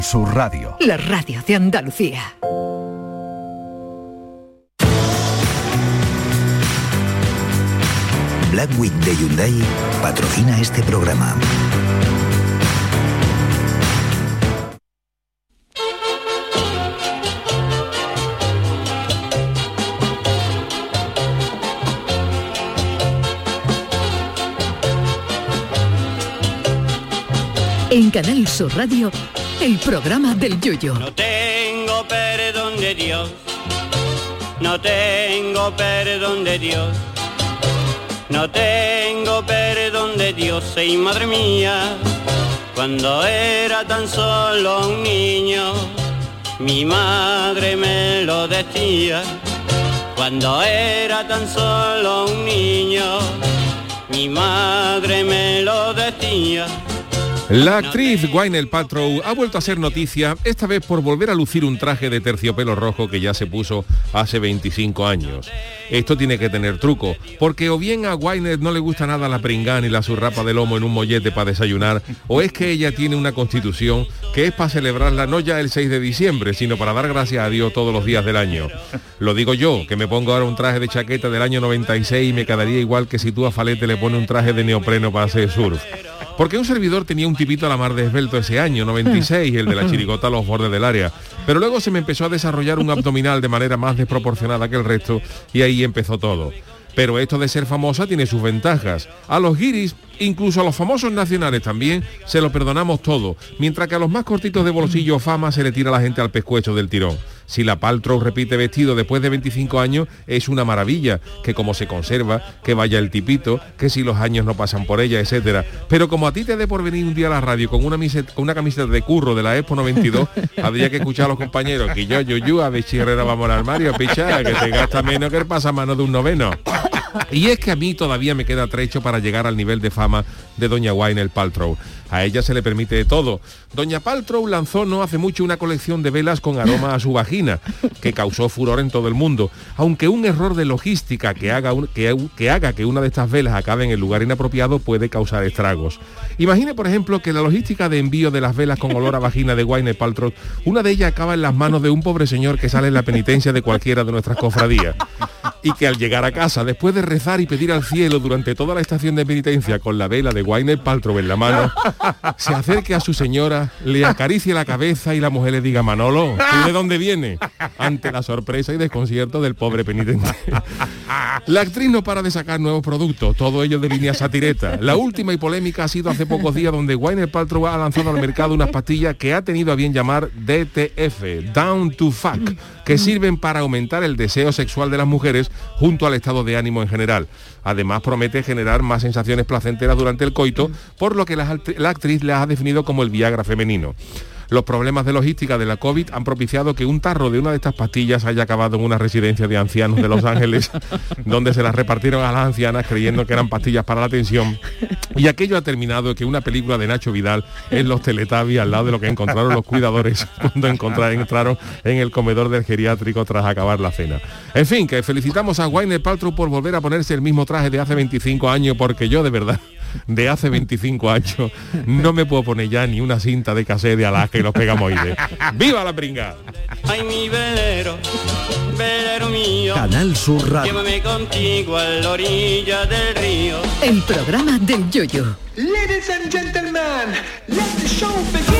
Sur Radio. La radio de Andalucía. Black Week de Hyundai patrocina este programa. En Canal Sur Radio, el programa del Yoyo. No tengo perdón de Dios, no tengo perdón de Dios, no tengo perdón de Dios, y madre mía, cuando era tan solo un niño, mi madre me lo decía, cuando era tan solo un niño, mi madre me lo decía. La actriz Gwyneth Paltrow ha vuelto a ser noticia, esta vez por volver a lucir un traje de terciopelo rojo que ya se puso hace 25 años. Esto tiene que tener truco, porque o bien a Gwyneth no le gusta nada la pringán y la surrapa de lomo en un mollete para desayunar, o es que ella tiene una constitución que es para celebrarla no ya el 6 de diciembre, sino para dar gracias a Dios todos los días del año. Lo digo yo, que me pongo ahora un traje de chaqueta del año 96 y me quedaría igual que si tú a Falete le pones un traje de neopreno para hacer surf. Porque un servidor tenía un tipito a la mar de esbelto ese año, 96, el de la chirigota a los bordes del área. Pero luego se me empezó a desarrollar un abdominal de manera más desproporcionada que el resto y ahí empezó todo. Pero esto de ser famosa tiene sus ventajas. A los guiris, incluso a los famosos nacionales también, se lo perdonamos todo, mientras que a los más cortitos de bolsillo o fama se le tira la gente al pescuezo del tirón. Si la Paltrow repite vestido después de 25 años, es una maravilla, que como se conserva, que vaya el tipito, que si los años no pasan por ella, etcétera. Pero como a ti te dé por venir un día a la radio con una camiseta de curro de la Expo 92, habría que escuchar a los compañeros, que yo, a ver si Herrera vamos al armario, picha, que te gasta menos que el pasamano de un noveno. Y es que a mí todavía me queda trecho para llegar al nivel de fama de doña Gwyneth Paltrow. A ella se le permite de todo. Doña Paltrow lanzó no hace mucho una colección de velas con aroma a su vagina, que causó furor en todo el mundo, aunque un error de logística que haga que una de estas velas acabe en el lugar inapropiado puede causar estragos. Imagine, por ejemplo, que la logística de envío de las velas con olor a vagina de Gwyneth Paltrow, una de ellas acaba en las manos de un pobre señor que sale en la penitencia de cualquiera de nuestras cofradías, y que al llegar a casa, después de rezar y pedir al cielo durante toda la estación de penitencia con la vela de Gwyneth Paltrow en la mano, se acerque a su señora, le acaricie la cabeza y la mujer le diga: Manolo, ¿tú de dónde vienes? Ante la sorpresa y desconcierto del pobre penitente. La actriz no para de sacar nuevos productos, todo ello de línea satireta. La última y polémica ha sido hace pocos días, donde Gwyneth Paltrow ha lanzado al mercado unas pastillas que ha tenido a bien llamar DTF, Down to Fuck, que sirven para aumentar el deseo sexual de las mujeres junto al estado de ánimo en general. Además, promete generar más sensaciones placenteras durante el coito, por lo que la actriz las ha definido como el Viagra femenino. Los problemas de logística de la COVID han propiciado que un tarro de una de estas pastillas haya acabado en una residencia de ancianos de Los Ángeles, donde se las repartieron a las ancianas creyendo que eran pastillas para la tensión. Y aquello ha terminado que una película de Nacho Vidal en los Teletubbies, al lado de lo que encontraron los cuidadores cuando entraron en el comedor del geriátrico tras acabar la cena. En fin, que felicitamos a Gwyneth Paltrow por volver a ponerse el mismo traje de hace 25 años, porque yo de verdad, de hace 25 años, no me puedo poner ya ni una cinta de cassette de Alaska y los pegamoides. ¡Viva la pringa! Ay, mi velero, velero mío, Canal Sur Radio. llévame contigo a la orilla del río. El programa del Yoyo. Ladies and gentlemen, let the show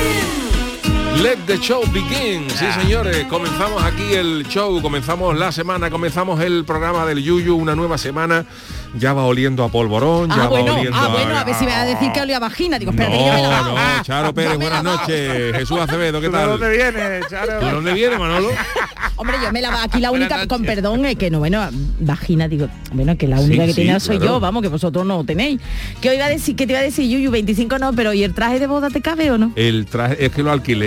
begin. Let the show begin. Sí, señores, comenzamos aquí el show, comenzamos la semana, comenzamos el programa del Yuyu, una nueva semana. Ya va oliendo a polvorón, ya va oliendo a ver si me va a decir que olía a vagina. Digo, espérate, que yo me he lavado. No, Charo Pérez, buenas noches. Jesús Acevedo, ¿qué tal? ¿De dónde vienes, Charo? ¿De dónde viene, Manolo? Hombre, yo me lavaba aquí la única, con perdón, que no, bueno, vagina, digo, bueno, que la única que tiene soy yo, vamos, que vosotros no tenéis. ¿Qué iba a decir, que te iba a decir, Yuyu, 25 no, pero ¿y el traje de boda te cabe o no? El traje, es que lo alquilé.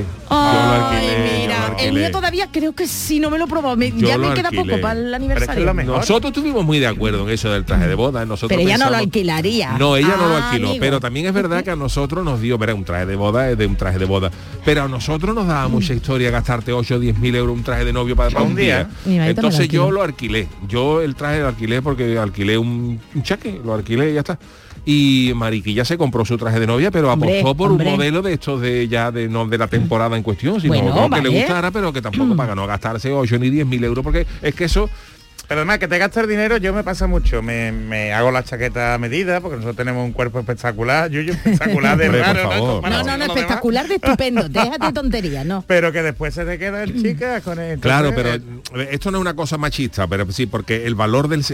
Mira, el mío todavía creo que sí, no me lo he probado. Ya me queda poco para el aniversario. Nosotros estuvimos muy de acuerdo en eso del traje de boda. Nosotros pero ella no lo alquilaría. No, ella no lo alquiló, amigo. Pero también es verdad que a nosotros nos dio, verá, un traje de boda es de un traje de boda, pero a nosotros nos daba mucha historia gastarte 8 o 10 mil euros un traje de novio para un día. Entonces yo lo alquilé. Yo el traje lo alquilé porque alquilé un chaque, lo alquilé y ya está. y Mariquilla se compró su traje de novia, pero apostó por un modelo de estos no de la temporada en cuestión, sino que le gustara, pero que tampoco para no gastarse 8 ni 10.000 euros, porque es que eso... Pero además que te gastas el dinero, yo me pasa mucho. Me hago la chaqueta a medida, porque nosotros tenemos un cuerpo espectacular. Yo espectacular de raro, ¿no? No, espectacular de estupendo. Déjate tonterías, ¿no? Pero que después se te queda el chica con el... Claro, pero esto no es una cosa machista, pero sí, porque el valor del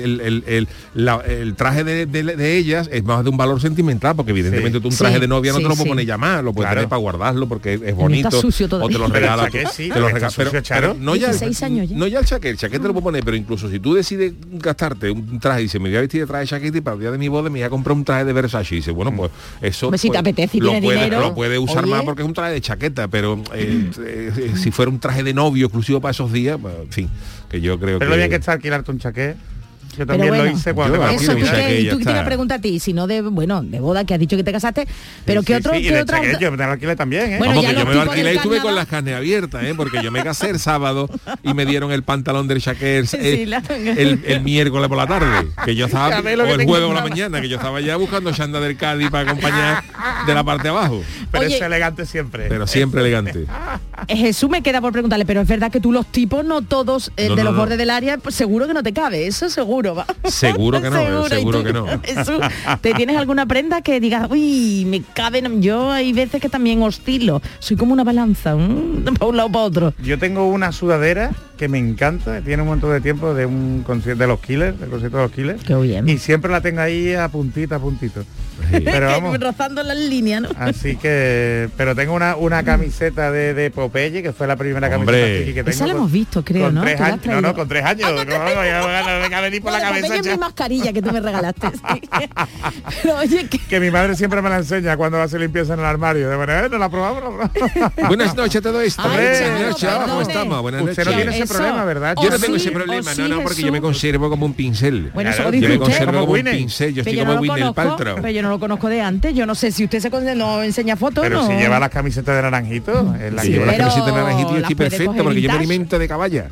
el traje de ellas es más de un valor sentimental, porque evidentemente tú un traje de novia no te lo puedes poner ya más, lo puedes tener para guardarlo porque es bonito. Está sucio o te lo regalas. Pero no ya el chaquete te lo puedo poner, pero incluso si tú decides gastarte un traje y dices, me voy a vestir de traje de chaqueta y para el día de mi boda me voy a comprar un traje de Versace, y dice, bueno, pues eso pues si te apetece y tienes dinero, lo puede usar más porque es un traje de chaqueta, pero si fuera un traje de novio exclusivo para esos días, pues, en fin, que yo creo pero que... lo bien que está alquilarte un chaqué. Yo también lo hice cuando te eso, tú que te iba a preguntar a ti, si no de boda, que has dicho que te casaste, pero ¿qué otro? ¿qué otra? Yo me lo alquilé también, Bueno, yo me lo alquilé y estuve con las carnes abiertas, porque yo me casé el sábado y me dieron el pantalón del Shakers el miércoles por la tarde, que yo estaba, o el jueves por la mañana, que yo estaba ya buscando Shanda del Cádiz para acompañar de la parte de abajo. Pero es elegante siempre. Pero siempre elegante. Jesús me queda por preguntarle, pero es verdad que tú los tipos, no todos de los bordes del área, pues seguro que no te cabe, eso seguro. Seguro que no, seguro que no. Jesús, ¿te tienes alguna prenda que digas, uy, me cabe? Yo hay veces que también oscilo, soy como una balanza, para un lado para otro. Yo tengo una sudadera que me encanta, tiene un montón de tiempo de un concierto de los Killers, del concierto de los Killers. Qué bien. Y siempre la tengo ahí a puntito. Sí. Pero vamos, rozando las líneas, ¿no? Así que, pero tengo una camiseta de Popeye, que fue la primera camiseta que tengo. Esa la hemos visto, creo, ¿no? 3 años, con 3 años. Venga a venir por la cabeza. Popeye es mi mascarilla que tú me regalaste. Sí. Pero oye, que mi madre siempre me la enseña cuando hace limpieza en el armario. De bueno, ¿no la probamos? Buenas noches, todo esto. ¿Cómo estamos? Buenas noches. Usted no tiene ese problema, ¿verdad? Yo no tengo ese problema, no, porque yo me conservo como un pincel. Bueno, eso yo me conservo como un pincel, yo estoy como Gwyneth Paltrow. Pero yo no lo conozco de antes, yo no sé si usted no enseña fotos. Pero si lleva las camisetas de naranjito. Si lleva las camisetas de naranjito yo estoy perfecto, porque yo me alimento de caballa.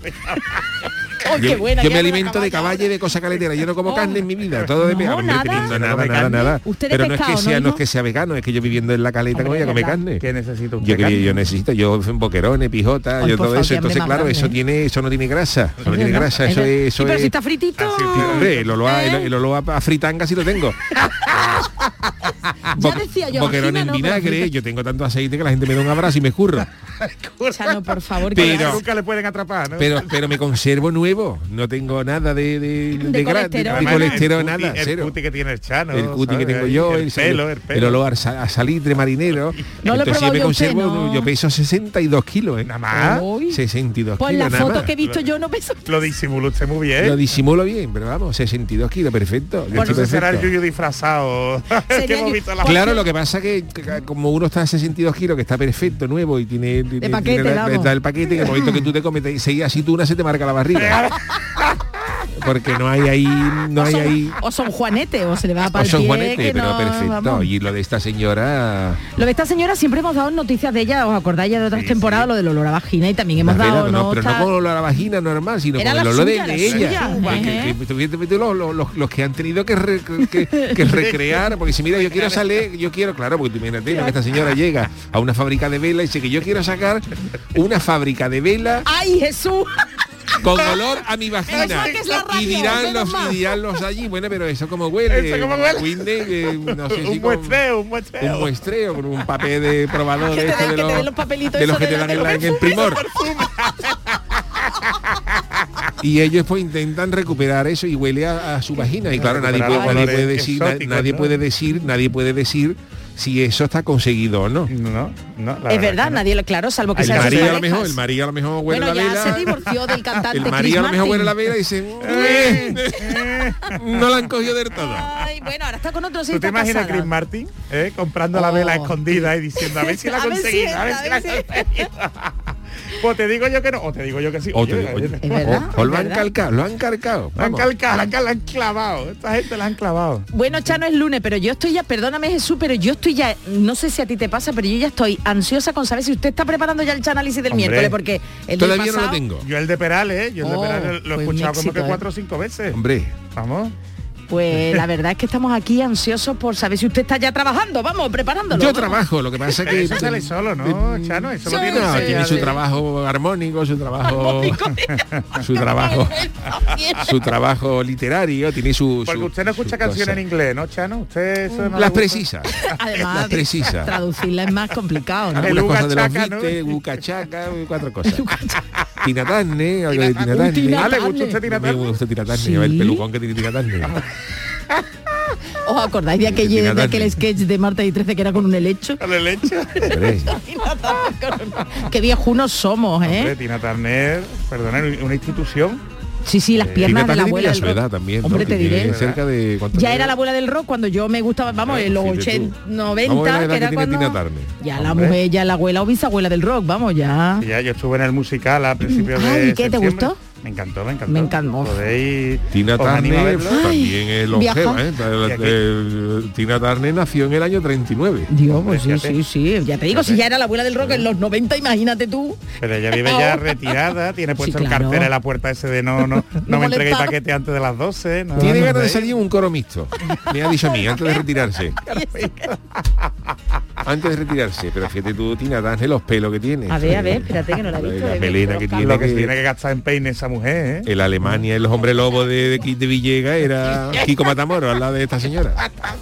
Yo me alimento de caballa y de cosa caletera. Yo no como carne en mi vida. Todo de pegado. Nada. Pero no es que sea vegano, es que yo viviendo en la caleta no voy a comer carne. ¿Qué necesito usted? Yo necesito, boquerones, pijotas, yo todo eso. Entonces, claro, eso no tiene grasa. Eso no tiene grasa. Eso es. Pero si está fritito. Hombre, el olor a fritanga sí lo tengo. Ya decía yo. Boquerones en vinagre. Yo tengo tanto aceite que la gente me da un abrazo y me escurra. Chano, por favor, pero nunca le pueden atrapar, ¿no? Pero me conservo nuevo, no tengo nada de colesterol, nada, cero. El cuti que tiene el Chano, el cuti que tengo yo, el olor a salitre marinero. Entonces yo me conservo, yo peso 62 kilos, nada más. 62 pues kilos. Pues la foto que he visto yo no peso. Lo disimula usted muy bien. Lo disimulo bien, pero vamos, 62 kilos, perfecto. Bueno, será el Yuyu disfrazado. Claro, lo que pasa que como uno está a 62 kilos, que está perfecto, nuevo y tiene el paquete, en el momento que tú te comes, seguís así tú se te marca la barriga. Porque no hay ahí o son juanetes o se le va para el pie, juanetes, pero perfecto. Vamos. Y lo de esta señora siempre hemos dado noticias de ella, os acordáis ya de otras temporadas, lo del olor a vagina, y también hemos dado pero no con olor a vagina normal, sino con el olor de ella. Los que han tenido que recrear, porque si mira, yo quiero, claro, porque tú imagínate que esta señora llega a una fábrica de vela y dice que yo quiero sacar una fábrica de vela. ¡Ay, Jesús! Con olor a mi vagina. Y dirán los allí, bueno, pero eso como huele. No sé si un muestreo con un papel de probador de los que te dan en el primor. Y ellos pues intentan recuperar eso y huele a su vagina. Y claro, nadie puede decir si eso está conseguido o no. No, es verdad, nadie, claro, salvo que el marido a lo mejor huele la vela. Se divorció del cantante. El marido a lo mejor huele la vela y dice no la han cogido del todo. Ay, bueno, ahora está con otros. ¿Tú te imaginas a Chris Martin comprando la vela escondida y diciendo a ver si la conseguí, a ver si la conseguí? Pues te digo yo que no, o te digo yo que sí. ¿Es verdad? O lo han calcado. Lo han clavado. Esta gente la han clavado. Bueno, Chano, es lunes, pero yo estoy ya, perdóname Jesús, pero yo estoy ya, no sé si a ti te pasa, pero yo ya estoy ansiosa con saber si usted está preparando ya el análisis del miércoles, porque el todavía pasado, no lo tengo. Yo el de Perales, lo he escuchado como que 4 o 5 veces. Hombre. Vamos. Pues la verdad es que estamos aquí ansiosos por saber si usted está ya trabajando, vamos, preparándolo. Yo trabajo, lo que pasa es que... Eso sale solo, ¿no, Chano? Eso lo tiene, tiene su trabajo armónico, su trabajo... su trabajo literario, tiene su... Porque usted no escucha canciones en inglés, ¿no, Chano? Usted eso no las precisas. Además, las precisas. Traducirla es más complicado, ¿no? Algunas cosas de los Beatles, Bucachaca, 4 cosas. Tina Turner, algo de Tina Turner. ¿Le gusta usted Tina Turner? Me gusta Tina Turner, ¿Sí? el pelucón que tiene Tina Turner. ¿Os acordáis de aquel sketch de Marta y 13 que era con un helecho? ¿Con el hecho? Qué viejunos somos, ¿eh? Hombre, Tina Turner, perdona, una institución. Sí, las piernas de la abuela del rock. Edad también, hombre, ¿no? te diré. Cerca de ya era la abuela del rock cuando yo me gustaba, vamos, en los 80, 90, que era cuando... Ya la mujer, ya la abuela o bisabuela del rock, vamos, ya. Sí, ya yo estuve en el musical a principios de Ay, ¿qué te septiembre. gustó? Me encantó. Me encantó. Podéis... Tina Turner también es longeva, viaja. Tina Turner nació en el año 39. Dios, pues sí, ya te digo, si ya era la abuela del rock en los 90, imagínate tú. Pero ella vive ya retirada, tiene puesto el cartel en la puerta ese de no me entreguéis paquete antes de las 12. No, tiene ganas de salir un coro mixto. Me ha dicho a mí, antes de retirarse. Antes de retirarse, pero fíjate tú, Tina Turner, los pelos que tiene. A ver, espérate que no la he visto. La melena que tiene. Lo que se tiene que gastar en peine esa mujer, ¿eh? En Alemania, el hombre lobo de Villegas era Kiko Matamoros al lado de esta señora.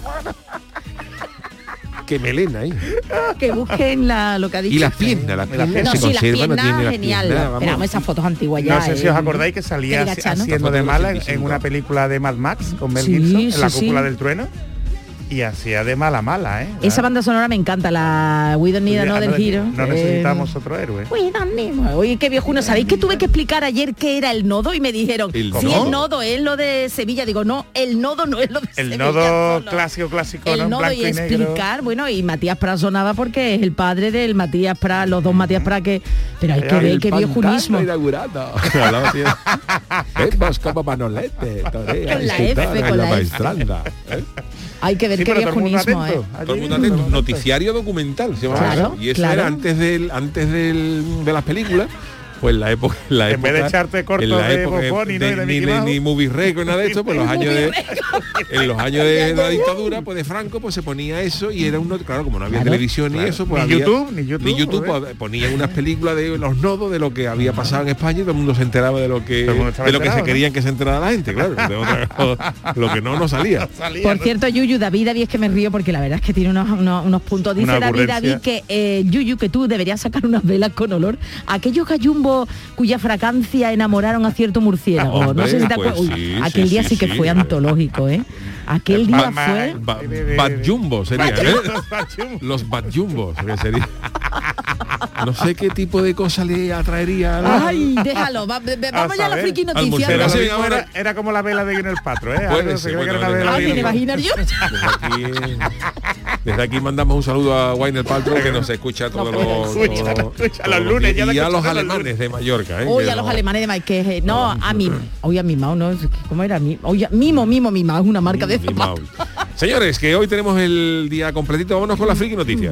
Qué melena ahí. Que busquen lo que ha dicho. Y las piernas no, se sí, conservan, no tiene las genial. piernas. Esperamos esas fotos antiguas ya. No sé si os acordáis que salía haciendo de mala en una película de Mad Max con Mel Gibson, en la cúpula del trueno. Y hacía de mala, ¿eh? Esa banda sonora me encanta, la We Don't Need Another Hero. No necesitamos otro héroe. We don't need... Oye, qué viejuno. ¿Sabéis que tuve que explicar ayer qué era el nodo? Y me dijeron, el nodo es lo de Sevilla. Digo, no, el nodo no es lo de Sevilla. El nodo clásico, el ¿no? nodo Blanco y explicar, bueno, y Matías Prat sonaba porque es el padre del Matías Prat, los dos Matías Prat que... Pero hay que ver qué viejunismo. Vemos como Manolete. Con la F, con la maestranda. Hay que ver qué viejunismo, ¿eh? Todo el mundo atento. Noticiario documental se llama eso. Y eso era antes de las películas. Pues la época en vez de echarte cortos de Bofón y ni Movie Record, nada de esto, pues en los años de la dictadura, pues de Franco, pues se ponía eso y era uno, claro, como no había televisión ni eso, pues ni YouTube pues, ponían unas películas de los nodos de lo que había pasado en España y todo el mundo se enteraba de lo que se querían que se enterara la gente, claro, lo que no salía. Por cierto, Yuyu, David, es que me río porque la verdad es que tiene unos puntos. Dice David que Yuyu, que tú deberías sacar unas velas con olor a aquellos gallumbos cuya fragancia enamoraron a cierto murciélago. Hombre, no sé si te acuerdas. Aquel día sí que fue antológico, ¿eh? Aquel día fue... Bad Jumbo sería, ¿eh? Los Bad Jumbo sería. No sé qué tipo de cosa le atraería. Ay, déjalo. Vamos ya a la friki noticias. Era como la vela de Guinness Paltrow, ¿eh? Me imagino yo. Desde aquí mandamos un saludo a Gwyneth Paltrow que nos escucha todos los lunes. Y a los alemanes de Mallorca, ¿eh? Hoy a los alemanes de Mallorca. No, a mí. Hoy a Mimao, ¿no? ¿Cómo era? Mimo, Mimao, es una marca de zapatos. Señores, que hoy tenemos el día completito. Vámonos con las friki noticias.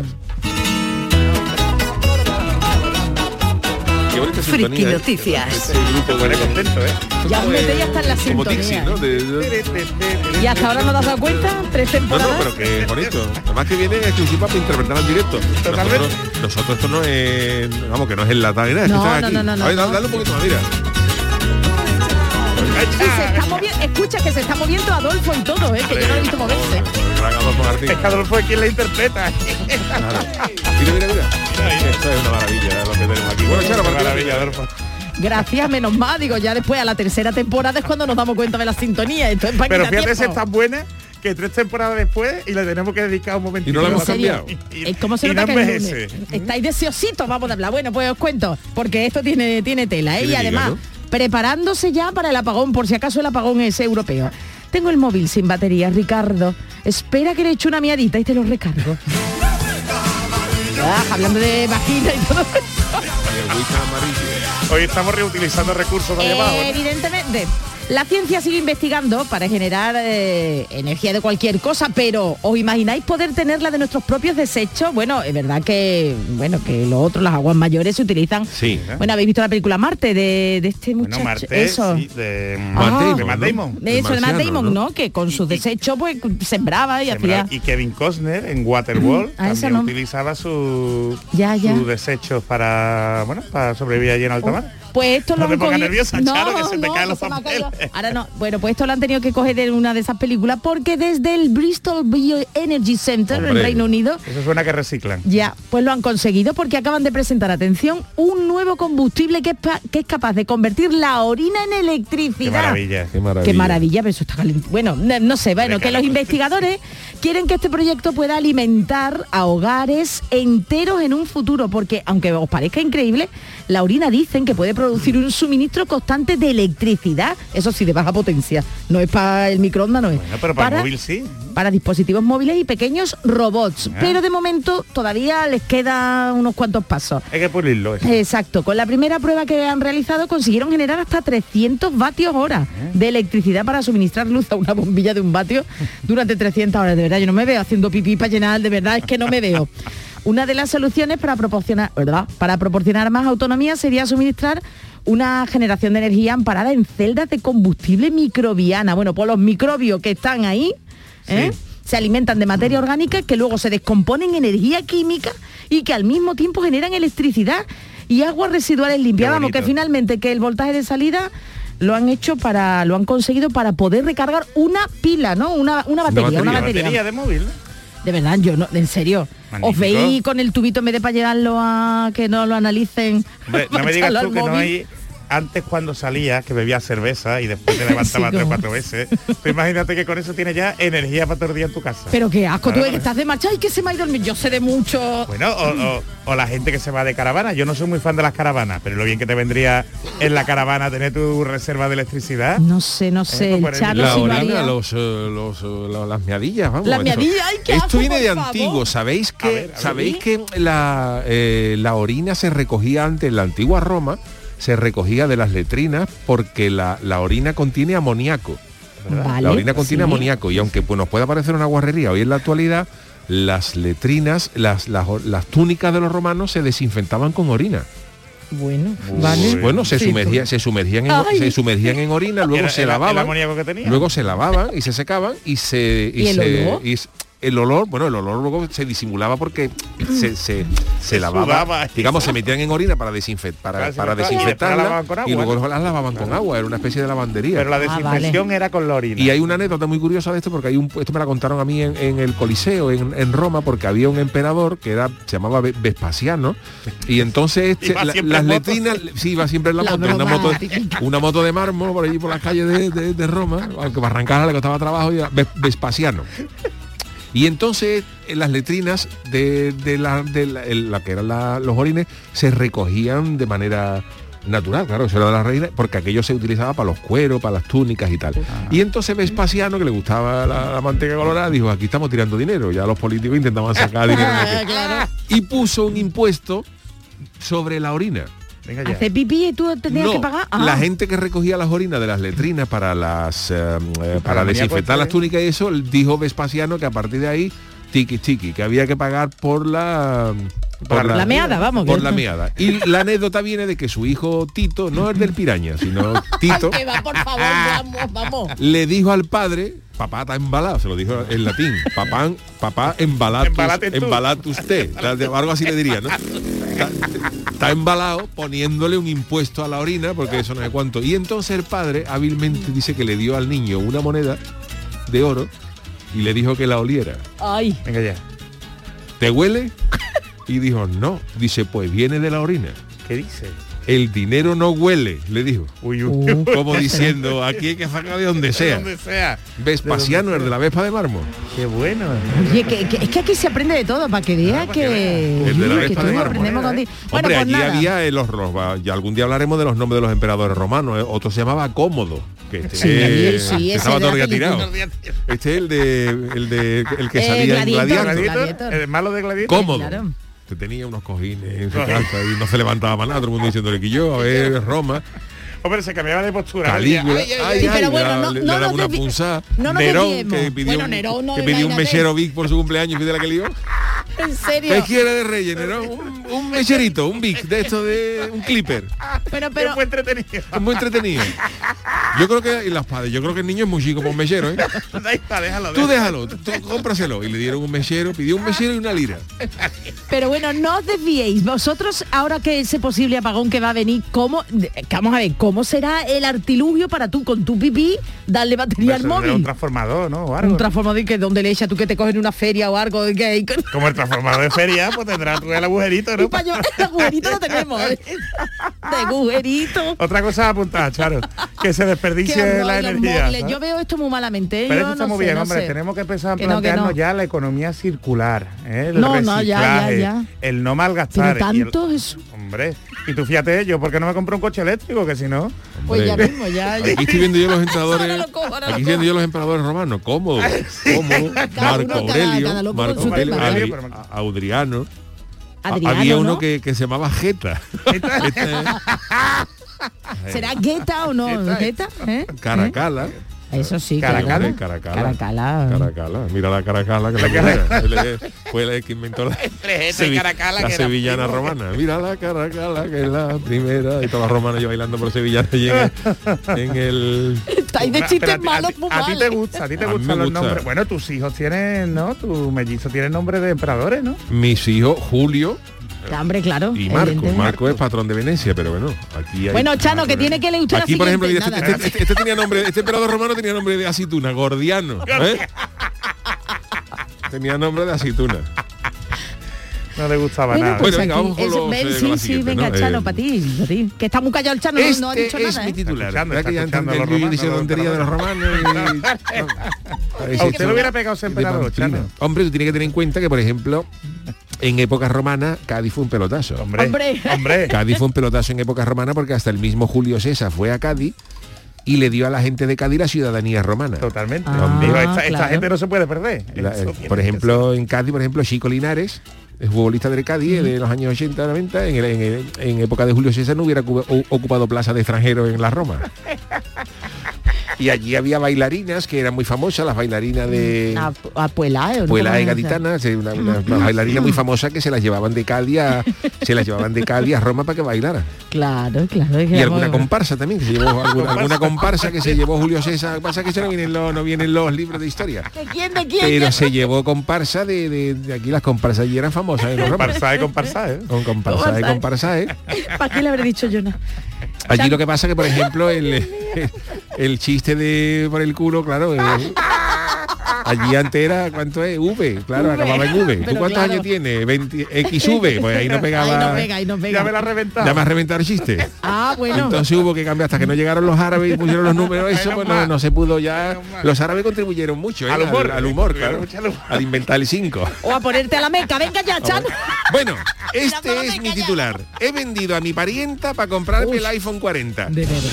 Friki Noticias. Contento, ¿eh? Ya os metéis hasta en la sintonía. ¿No? ¿Y hasta ahora no te has dado cuenta? 3 temporadas. No, pero que bonito. Además que viene exclusiva para interpretar en directo. Nosotros esto no es... Vamos, que no es enlatado ni nada. No. A ver, dale un poquito más, mira. Escucha que se está moviendo Adolfo y todo, que yo no lo he visto moverse. Es que Adolfo es quien la interpreta. Mira. Esto es una maravilla lo que tenemos aquí. Bueno, Charo, maravilla, Adolfo. Gracias, menos mal, digo, ya después a la tercera temporada es cuando nos damos cuenta de la sintonía. Esto es para pero fíjate si es tan buena que 3 temporadas después y le tenemos que dedicar un momentito. Y no lo hemos cambiado. ¿Cómo se nota que estáis deseositos? Vamos a hablar. Bueno, pues os cuento, porque esto tiene tela, ¿eh? Y además, preparándose ya para el apagón, por si acaso el apagón es europeo. Tengo el móvil sin batería, Ricardo. Espera que le eche una miadita y te lo recargo. Hablando de vagina y todo eso. Hoy estamos reutilizando recursos de abajo, ¿no? Evidentemente. La ciencia sigue investigando para generar energía de cualquier cosa, pero ¿os imagináis poder tenerla de nuestros propios desechos? Bueno, es verdad que lo otro, las aguas mayores se utilizan. Sí. Bueno, ¿habéis visto la película Marte de este muchacho? Bueno, Marte, eso. sí, de Matt Damon. Eso, de Matt Damon, ¿no? Que con sus desechos pues sembraba y hacía... Y Kevin Costner en Waterworld también utilizaba sus desechos para sobrevivir allí en alta mar. Pues esto lo han cogido... nerviosa, Charo, que se te caen los papeles. Ahora no. Bueno, pues esto lo han tenido que coger de una de esas películas porque desde el Bristol Bioenergy Center en Reino Unido... Eso suena que reciclan. Ya, pues lo han conseguido porque acaban de presentar, atención, un nuevo combustible que es capaz de convertir la orina en electricidad. Qué maravilla. Qué maravilla, pero eso está caliente. Bueno, no sé, que los investigadores quieren que este proyecto pueda alimentar a hogares enteros en un futuro, porque aunque os parezca increíble, la orina dicen que puede producir un suministro constante de electricidad, eso sí, de baja potencia. No es para el microondas, no es. Bueno, pero para el móvil sí. Para dispositivos móviles y pequeños robots. Pero de momento todavía les queda unos cuantos pasos. Hay que pulirlo. Eso. Exacto. Con la primera prueba que han realizado consiguieron generar hasta 300 vatios hora de electricidad para suministrar luz a una bombilla de 1 vatio durante 300 horas. De verdad, yo no me veo haciendo pipí para llenar, de verdad, es que no me veo. Una de las soluciones para proporcionar más autonomía sería suministrar una generación de energía amparada en celdas de combustible microbiana. Bueno, pues los microbios que están ahí se alimentan de materia orgánica que luego se descomponen en energía química y que al mismo tiempo generan electricidad y aguas residuales limpias. Vamos, que finalmente que el voltaje de salida lo han conseguido para poder recargar una pila, ¿no? Una batería. Una batería de móvil, ¿no? De verdad, yo no, en serio. Magnífico. ¿Os veis con el tubito en vez de para llevarlo a que no lo analicen? Hombre, no me digas tú que no hay... Antes cuando salía, que bebía cerveza y después te levantaba 3 o 4 veces, tú imagínate que con eso tienes ya energía para todo el día en tu casa. Pero qué asco, tú que estás de marcha y que se me ha ido el... Yo sé de mucho... Bueno, o la gente que se va de caravana. Yo no soy muy fan de las caravanas, pero lo bien que te vendría en la caravana tener tu reserva de electricidad. No sé, el Chano la sí orina, las miadillas, vamos. Las miadillas, ay, qué asco, esto viene de por favor. antiguo. ¿Sabéis que la orina se recogía antes en la antigua Roma? Se recogía de las letrinas porque la orina contiene amoníaco. Vale, la orina contiene amoníaco y aunque nos pueda parecer una guarrería hoy en la actualidad, las letrinas, las túnicas de los romanos se desinfectaban con orina. Bueno, vale. Bueno, se sumergían en orina, luego se lavaban, luego se lavaban y se secaban el olor, luego se disimulaba porque se lavaba, digamos, se metían en orina para desinfectarla y luego las lavaban con agua, era una especie de lavandería. Pero la desinfección era con la orina. Y hay una anécdota muy curiosa de esto, porque esto me la contaron a mí en el Coliseo, en Roma, porque había un emperador que se llamaba Vespasiano, y entonces las letrinas, iba siempre en la moto, una moto de mármol por allí por las calles de Roma, aunque para arrancarla le costaba trabajo, y Vespasiano. Y entonces las letrinas de la que eran los orines se recogían de manera natural, claro, eso era de la reina, porque aquello se utilizaba para los cueros, para las túnicas y tal. Y entonces Vespasiano, que le gustaba la manteca colorada, dijo, aquí estamos tirando dinero, ya los políticos intentaban sacar dinero. Y puso un impuesto sobre la orina. Hace pipí y tú tenías que pagar. La gente que recogía las orinas de las letrinas para para desinfectar las túnicas y eso, dijo Vespasiano que a partir de ahí tiki, que había que pagar por la meada, vamos. Por la meada. Y la anécdota viene de que su hijo Tito, no es del Piraña, sino Tito, que va, por favor, vamos. Le dijo al padre, papá está embalado, se lo dijo en latín, papá embalatus usted, algo así le diría, ¿no? Está embalado poniéndole un impuesto a la orina, porque eso no sé cuánto. Y entonces el padre hábilmente dice que le dio al niño una moneda de oro y le dijo que la oliera. Ay. Venga ya. ¿Te huele? Y dijo, no. Dice, pues viene de la orina. ¿Qué dice? El dinero no huele, le dijo. Uy. Como diciendo, aquí hay que sacar de donde sea. Vespasiano, el de la Vespa de mármol. Qué bueno. Oye, es que aquí se aprende de todo, para que veas que... El de la Vespa de mármol. Aprendemos con... Hombre, bueno, pues allí nada. había ya algún día hablaremos de los nombres de los emperadores romanos. Otro se llamaba Cómodo. Que estaba todo retirado. Este es el que salía en Gladiator. El malo de Gladiator. Cómodo. Claro. Que tenía unos cojines en su casa y no se levantaba para nada, todo el mundo diciéndole que yo, a ver, Roma. Hombre, se cambiaba de postura. Calígula, Sí, pero bueno, no le nos daba una desvi- punzada. no nos Nerón, desviemos. que pidió, Bueno, Nerón, no, que pidió un imagínate. mechero Vic por su cumpleaños, ¿viste la que lió? En serio. ¿Qué quiere de Reyes, Nerón? Un mecherito, un Vic, de esto de un clipper. Pero Que fue entretenido. Es muy entretenido. Yo creo que, y las padres, yo creo que el niño es muy chico por un mechero, ¿eh? Déjalo. Tú déjalo, tú cómpraselo. Y le dieron un mechero, pidió un mechero y una lira. Pero bueno, no os desviéis. Vosotros, ahora que ese posible apagón que va a venir, vamos a ver, ¿cómo será el artilugio para tú con tu pipí darle batería al Un móvil? transformador, ¿no? O algo. Un transformador que donde le echas tú que te cogen una feria o algo que hay. Como el transformador de feria, pues tendrás tú el agujerito, ¿no? Y para yo, el agujerito lo tenemos. De agujerito. Otra cosa a apuntar, Charo, que se Que desperdicie los la energía. móviles, ¿sabes? yo veo esto muy malamente. Pero yo esto está no muy sé, bien, no hombre. sé. Tenemos que empezar a Que no, que plantearnos no. ya la economía circular, el No, reciclaje, ya. el no malgastar. Pero y el- tanto eso. Hombre, y tú fíjate, yo porque no me compro un coche eléctrico, que si no... Pues ya Hombre. mismo, ya. Aquí estoy viendo yo los Ahora emperadores. lo cojo, ahora lo Aquí cojo. viendo yo los emperadores romanos. Cómodo. Cómodo. Cada Marco uno, Aurelio. cada loco con Marco su Aurelio. tema, ¿eh? Adriano. Adriano, Había ¿no? uno que se llamaba Geta. ¿Será Guetta o no? ¿Guetta? ¿Eh? Caracala. Eso sí, Caracala. claro. Caracala. Caracala. Mira la Caracala que fue el que inventó la, la sevillana romana. Mira la Caracala que es la primera y todas las romanas yo bailando por sevillana y en el Estáis de Pero chistes malos, muy a ti te males. gusta, a ti te A mí gustan me los gusta. nombres. Bueno, tus hijos tienen, ¿no? Tu mellizo tiene nombre de emperadores, ¿no? mis hijos Julio Hombre, claro. y Marco. evidentemente. Marco es patrón de Venecia, pero bueno, aquí hay... Bueno, Chano, que tiene que leer usted Aquí, la por ejemplo, siguiente. mira, Nada. este tenía nombre, este emperador romano tenía nombre de aceituna, Gordiano. ¿eh? Tenía nombre de aceituna. No le gustaba Bueno, nada. pues Bueno, venga, aquí, vamos con eso, los, ven, con sí, la sí, siguiente, venga, ¿no? Chano, para ti. Que está muy callado el Chano, no ha dicho es nada, mi ¿eh? titular. Está ¿Verdad que ya escuchando antes los yo romanos, dice los tontería de los romanos? A usted le hubiera pegado ese emperador, Chano. Hombre, tú tienes que tener en cuenta que, por ejemplo, en épocas romanas, Cádiz fue un pelotazo. Hombre. Cádiz fue un pelotazo en épocas romanas porque hasta el mismo Julio César fue a Cádiz y le dio a la gente de Cádiz la ciudadanía romana. Totalmente. Ah, Digo, esta claro. gente no se puede perder. Eso tiene Por que ejemplo, en Cádiz, por ejemplo, Chico Linares, el futbolista del Cádiz de los años 80, 90, en época de Julio César no hubiera ocupado plaza de extranjero en la Roma. Y allí había bailarinas que eran muy famosas, las bailarinas de A Puelae, ¿no? Puelae ¿Cómo se gaditanas, una bailarina muy famosa que se las llevaban de Cádiz a Roma para que bailara. Claro. Y alguna comparsa también, que se llevó alguna comparsa que se llevó Julio César. Pasa que eso no vienen los libros de historia. ¿De quién? ¿De quién? Pero se llevó comparsa de aquí, las comparsas allí eran famosas en Roma. Comparsa, ¿eh? Con comparsa, ¿eh? ¿Para qué le habré dicho yo nada? Allí lo que pasa que, por ejemplo, el chiste de por el culo, claro, allí antes era, ¿cuánto es? V, claro, acababa en V. ¿Tú Pero cuántos claro. años tienes? 20, XV, pues ahí no pegaba. Ahí no pega. Ya me la ha reventado. Ya me has reventado el chiste. Ah, bueno. Entonces hubo que cambiar hasta que no llegaron los árabes y pusieron los números, eso pues mal. no se pudo ya. Menos mal. Los árabes contribuyeron mucho, ¿eh? Al humor. al humor, Contribuyeron claro. mucho al humor. Al inventar el 5. O a ponerte a la meca. Venga ya, Chano. Bueno, La este mano es me mi calla. titular. He vendido a mi parienta para comprarme el iPhone 40. De verdad.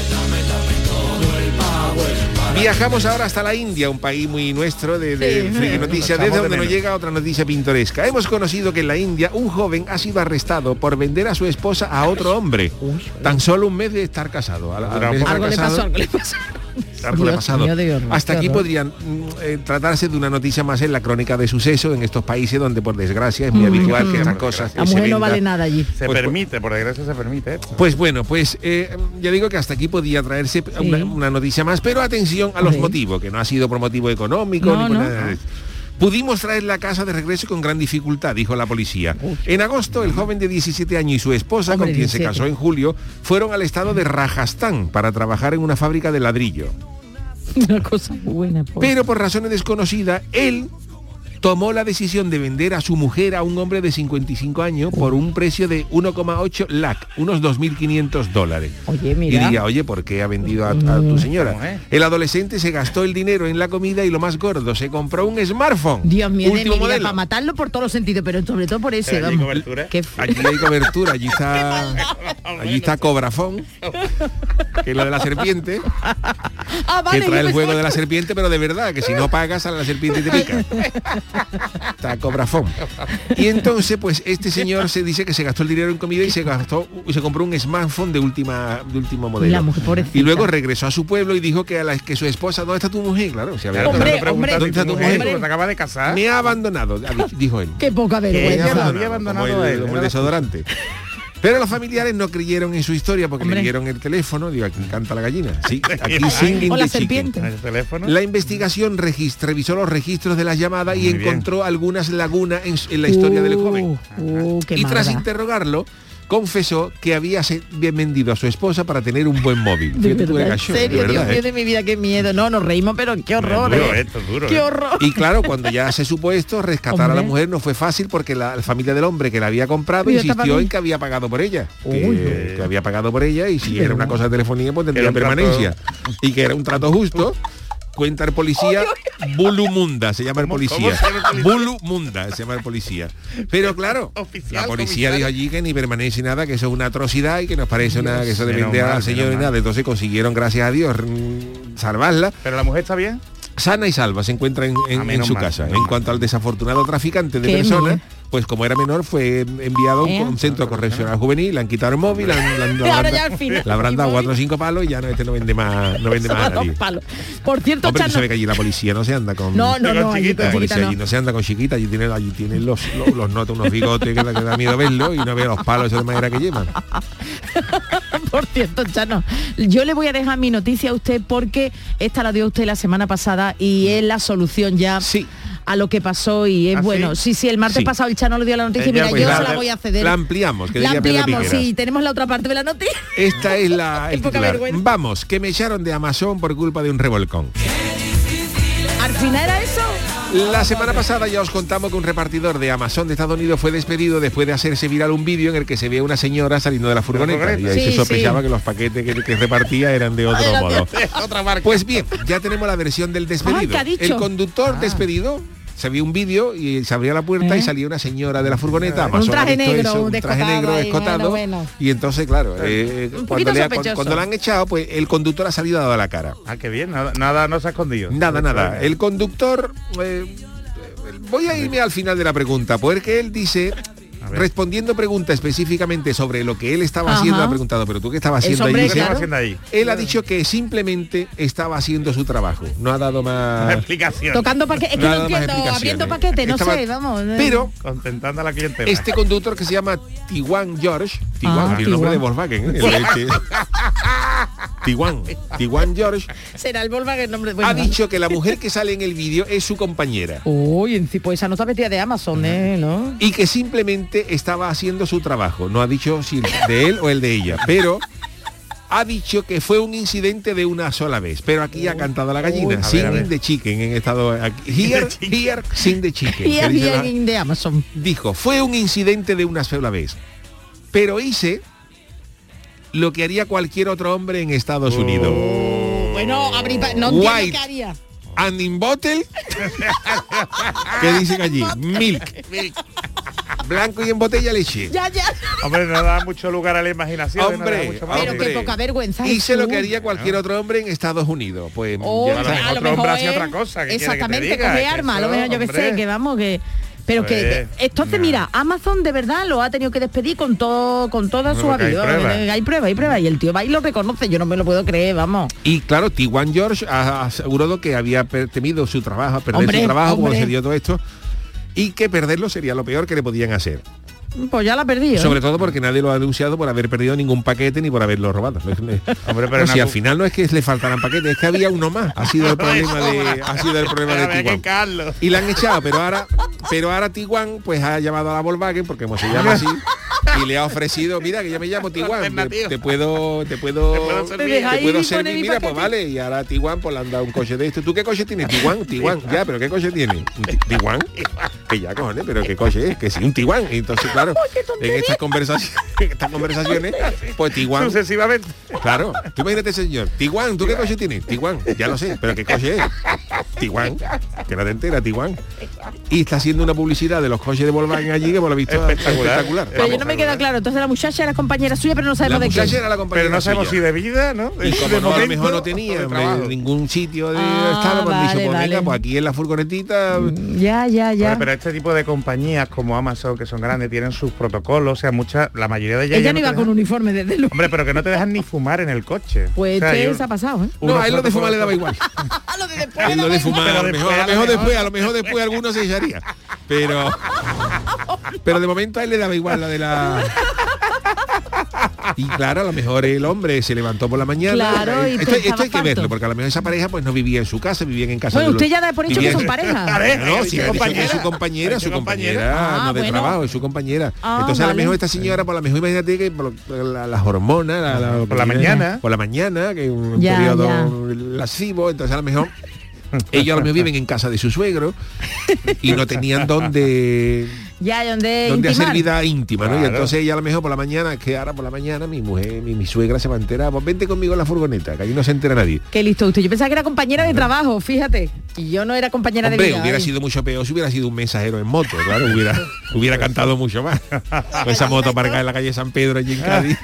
Viajamos ahora hasta la India, un país muy nuestro de Sí. friki noticias, Estamos desde de donde nos menos. llega otra noticia pintoresca. Hemos conocido que en la India un joven ha sido arrestado por vender a su esposa a otro hombre. Tan solo un mes de estar casado. Al mes de estar Algo le casado, pasó, algo le pasó. algo le ha Dios pasado. mío, Dios mío, Hasta qué aquí horror. podrían tratarse de una noticia más en la crónica de suceso en estos países donde por desgracia es muy habitual que estas cosas La se mujer no vendan. vale nada allí. Se Pues, permite, por desgracia se permite. ¿eh? Pues bueno, ya digo que hasta aquí podía traerse una noticia más, pero atención a los Sí. motivos, que no ha sido por motivo económico No, ni por no. nada de eso. Pudimos traer la casa de regreso con gran dificultad, dijo la policía. En agosto, el joven de 17 años y su esposa, Hombre, con quien 17. se casó en julio, fueron al estado de Rajastán para trabajar en una fábrica de ladrillo. Una cosa muy buena. pues. Pero por razones desconocidas, él tomó la decisión de vender a su mujer a un hombre de 55 años por un precio de 1,8 lakh, unos $2.500. Oye, Y mira. diría, oye, ¿por qué ha vendido a tu señora? ¿Cómo es? El adolescente se gastó el dinero en la comida y lo más gordo, se compró un smartphone. Dios mío, de mi último vida, modelo. para matarlo por todos los sentidos, pero sobre todo por ese, Pero allí vamos. cobertura. Qué Allí hay cobertura, allí está Cobrafón, que es lo de la serpiente. que trae el juego de la serpiente, pero de verdad, que si no pagas sale la serpiente y te pica. Está cobrafón. Y entonces, pues este señor se dice que se gastó el dinero en comida y se compró un smartphone de último modelo. La mujer, pobrecita. Y luego regresó a su pueblo y dijo que su esposa, ¿dónde está tu mujer? Claro, si había Hombre, ¿dónde está tu mujer? ¿Te acaba de casar? Me ha abandonado, dijo él. Qué poca vergüenza. Había abandonado como a él. el desodorante. Pero los familiares no creyeron en su historia porque le dieron el teléfono. Digo, aquí canta la gallina. Sí, aquí singing o la the chicken. serpiente. ¿El teléfono? La investigación revisó los registros de las llamadas y encontró algunas lagunas en la historia del joven. Qué Y tras mala. interrogarlo, confesó que había vendido a su esposa para tener un buen móvil. Fíjate tú, ¿En gacho, serio? de verdad, Dios mío de mi vida, qué miedo. No, nos reímos, pero qué horror. Duro, esto es duro. Qué horror. Y claro, cuando ya se supo esto, rescatar a la Hombre. mujer no fue fácil porque la familia del hombre que la había comprado Mira, insistió tapa en que había pagado por ella. Uy. Que había pagado por ella y si Qué era una cosa de telefonía pues tendría Era un trato- permanencia. Y que era un trato justo. Cuenta el policía, Bulumunda se llama el ¿Cómo policía. se llama el policía? Bulumunda se llama el policía. Pero claro, Oficial, la policía comisario. dijo allí que ni permanece nada, que eso es una atrocidad y que nos parece que eso de menos vender mal, al señor y menos nada. mal. Entonces consiguieron, gracias a Dios, salvarla. ¿Pero la mujer está bien? Sana y salva se encuentra en menos su mal, casa. menos En mal. cuanto al desafortunado traficante de Qué personas, bien. pues como era menor fue enviado a un centro correccional juvenil, le han quitado el móvil, Ahora ya al final. le habrán dado ¿Y 4 o 5 palos y ya no vende más, no vende más a Dos nadie. palos. Por cierto, Hombre, tú Chano. sabes que allí la policía no se anda con... No, con allí chiquita. La con policía chiquita allí no. no se anda con chiquitas, allí tienen los notas, unos bigotes que da miedo verlo y no ve los palos esos de manera que llevan. Por cierto, Chano, yo le voy a dejar mi noticia a usted porque esta la dio usted la semana pasada y es la solución ya Sí. a lo que pasó y es ¿Ah, bueno. sí? Sí, el martes Sí. pasado el Chano le dio la noticia y Ya, mira, pues yo la- se la voy a ceder. La ampliamos, que La diría Pedro ampliamos, Piqueras. sí, tenemos la otra parte de la noticia. Esta es el Qué poca titular. vergüenza. Vamos, que me echaron de Amazon por culpa de un revolcón. Al final era eso. La semana pasada ya os contamos que un repartidor de Amazon de Estados Unidos fue despedido después de hacerse viral un vídeo en el que se ve a una señora saliendo de la furgoneta. Y ahí Sí, se sospechaba sí. que los paquetes que repartía eran de otro Eran de modo. Otra marca. Pues bien, ya tenemos la versión del despedido. Ay, ¿qué ha dicho? El conductor despedido se vio un vídeo y se abría la puerta y salía una señora de la furgoneta. Con un traje ha visto negro, eso, un un traje descotado negro ahí, escotado. bueno. Y entonces, claro, poquito cuando sospechoso. la han echado, pues el conductor ha salido a dar la cara. Ah, qué bien, nada no se ha escondido. Nada. El conductor... voy a irme al final de la pregunta, porque él dice... A ver. Respondiendo pregunta específicamente sobre lo que él estaba Ajá. haciendo, ha preguntado, pero tú qué estabas haciendo hombre, allí. ¿Qué claro. estaba haciendo ahí? Él ha dicho que simplemente estaba haciendo su trabajo, no ha dado más... Explicación. Tocando paquetes, es que Nada no más entiendo, explicaciones. abriendo paquetes, no Estaba- sé, vamos. Pero Contentando a la clientela. este conductor que se llama Tiguan George, Tiguan, el nombre de Volkswagen, Tiguan George, será el Volkswagen el nombre. ha Bueno, dicho que la mujer que sale en el vídeo es su compañera uy, pues esa nota metida de Amazon, ¿no? y que simplemente estaba haciendo su trabajo. No ha dicho si de él o el de ella, pero ha dicho que fue un incidente de una sola vez. Pero aquí ha cantado la gallina, a sin ver. the chicken en estado aquí. Here, sin the chicken. Y que dice la- bien de Amazon. dijo, fue un incidente de una sola vez, pero hice lo que haría cualquier otro hombre en Estados Unidos. Bueno, no entiendo White. qué haría. And in bottle, ¿qué dicen allí? Milk. Blanco y en botella leche. Ya. Hombre, no da mucho lugar a la imaginación. Hombre, no da mucho Pero margen. qué poca vergüenza. Hice lo Jesús. que haría cualquier otro hombre en Estados Unidos. Pues Oh, ya a lo sabes. mejor a lo otro mejor hombre hacía es- otra cosa, ¿qué quiere que te exactamente, diga? coge Que arma, a lo eso, mejor yo que hombre. sé, que vamos, que... Pero que entonces nah. mira, Amazon de verdad lo ha tenido que despedir con toda su Porque hay avión. pruebas. Hay pruebas y el tío va y lo reconoce, yo no me lo puedo creer, vamos. Y claro, Tiguan George ha asegurado que había temido su trabajo, perder Hombre, su trabajo cuando hombre. se dio todo esto, y que perderlo sería lo peor que le podían hacer. Pues ya la ha perdido. Sobre todo porque nadie lo ha denunciado por haber perdido ningún paquete ni por haberlo robado. Hombre, pero No, si una- al final no es que le faltaran paquetes, es que había uno más. Ha sido el problema de Tiguan. Carlos. Y la han echado, pero ahora Tiguan pues ha llamado a la Volkswagen, porque como se llama así, y le ha ofrecido, mira que yo me llamo Tiguan, Alternativa. te puedo Te puedo ¿Me dejáis puedo poner servir, mi mira, pues paquete? vale, y ahora Tiguan pues le han dado un coche de esto. ¿Tú qué coche tienes? Tiguan, ya, pero ¿qué coche tienes? ¿Un Tiguan? Que ya, cojones, pero ¿qué coche es? Que sí, un Tiguan. Y entonces, claro, en estas conversaciones, pues Tiguan, Sucesivamente. claro, tú imagínate, señor, Tiguan, ¿tú qué coche tienes? Tiguan, ya lo sé, pero ¿qué coche es? Tiguan, que no te entera, Tiguan. y está haciendo una publicidad de los coches de Volkswagen allí que por lo visto espectacular. Pero yo no me queda claro, entonces la muchacha era compañera suya, pero no sabemos de qué. La muchacha era la compañera pero no sabemos suya. si de vida, ¿no? Y como no, a lo mejor no tenía en ningún sitio de estado, pues dicho, pues venga, pues aquí en la furgonetita. Ya. Bueno, pero este tipo de compañías como Amazon, que son grandes, tienen sus protocolos, o sea, la mayoría de ellas. Ella no iba con uniforme desde luego. Hombre, pero que no te dejan ni fumar en el coche. Pues o sea, se ha pasado, ¿eh? No, a él lo de fumar le daba igual. Lo de después Lo de fumar, a lo mejor después alguno se echaría. Pero de momento a él le daba igual la de la. Y claro, a lo mejor el hombre se levantó por la mañana. Claro, esto hay que verlo, porque a lo mejor esa pareja pues no vivía en su casa, vivían en casa. Bueno, usted ya da por hecho que son pareja. No, sí, es su compañera, no de trabajo, es su compañera. Entonces a lo mejor esta señora, por lo mejor imagínate que por las hormonas, por la mañana, que es un periodo lascivo, entonces a lo mejor ellos a lo mejor viven en casa de su suegro y no tenían donde hacer vida íntima, ¿no? Claro. Y entonces ella a lo mejor por la mañana, es que ahora por la mañana mi mujer, mi suegra se va a enterar, pues vente conmigo en la furgoneta, que allí no se entera nadie. Qué listo usted, yo pensaba que era compañera de trabajo, fíjate, y yo no era compañera de vida. Hubiera sido mucho peor si hubiera sido un mensajero en moto, claro, hubiera cantado mucho más. Con esa moto aparcada en la calle San Pedro allí en Cádiz.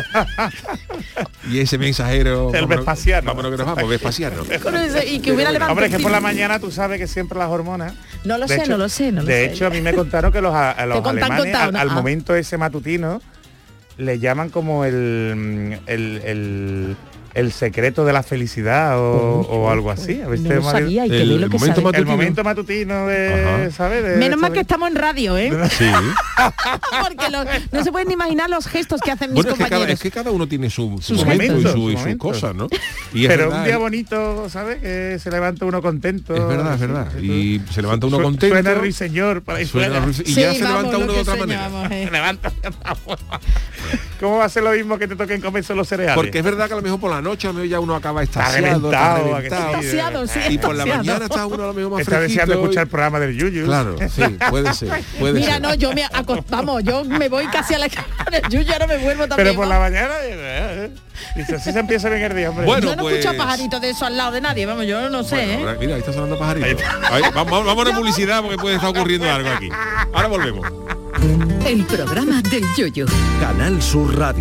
Y ese mensajero... El Vespasiano. Vámonos que nos vamos, Vespasiano. Y que hubiera levantado... Hombre, es que por la mañana tú sabes que siempre las hormonas... No lo sé. De hecho, a mí me contaron que los alemanes al momento ese matutino le llaman como el secreto de la felicidad o algo así. A ver, no lo sabía, y que el momento matutino de, ¿sabes? Menos mal que estamos en radio, ¿eh? Sí. Porque no se pueden ni imaginar los gestos que hacen mis compañeros. Es que cada uno tiene su momento y sus cosas, ¿no? Y pero un día bonito, ¿sabes? Que se levanta uno contento. Es verdad. Y se levanta uno contento. Suena el ruiseñor para ahí fuera. Y ya se levanta uno de otra manera. Se levanta. ¿Cómo va a ser lo mismo que te toquen comer solo cereales? Porque es verdad que a lo mejor por la noche a lo mejor ya uno acaba extasiado, y por la mañana está uno a lo mejor más fresquito. Está deseando escuchar el programa del Yuyu. Claro, sí, puede ser. Mira, no, yo me voy casi a la cama del Yuyu, ahora me vuelvo también. Pero por la mañana, dice, así se empieza bien el día, hombre. Bueno, yo no escucho pajaritos de eso al lado de nadie, vamos, yo no sé, bueno, mira, ahí está sonando pajaritos. Vamos a publicidad porque puede estar ocurriendo algo aquí. Ahora volvemos. El programa del Yoyo. Canal Sur Radio.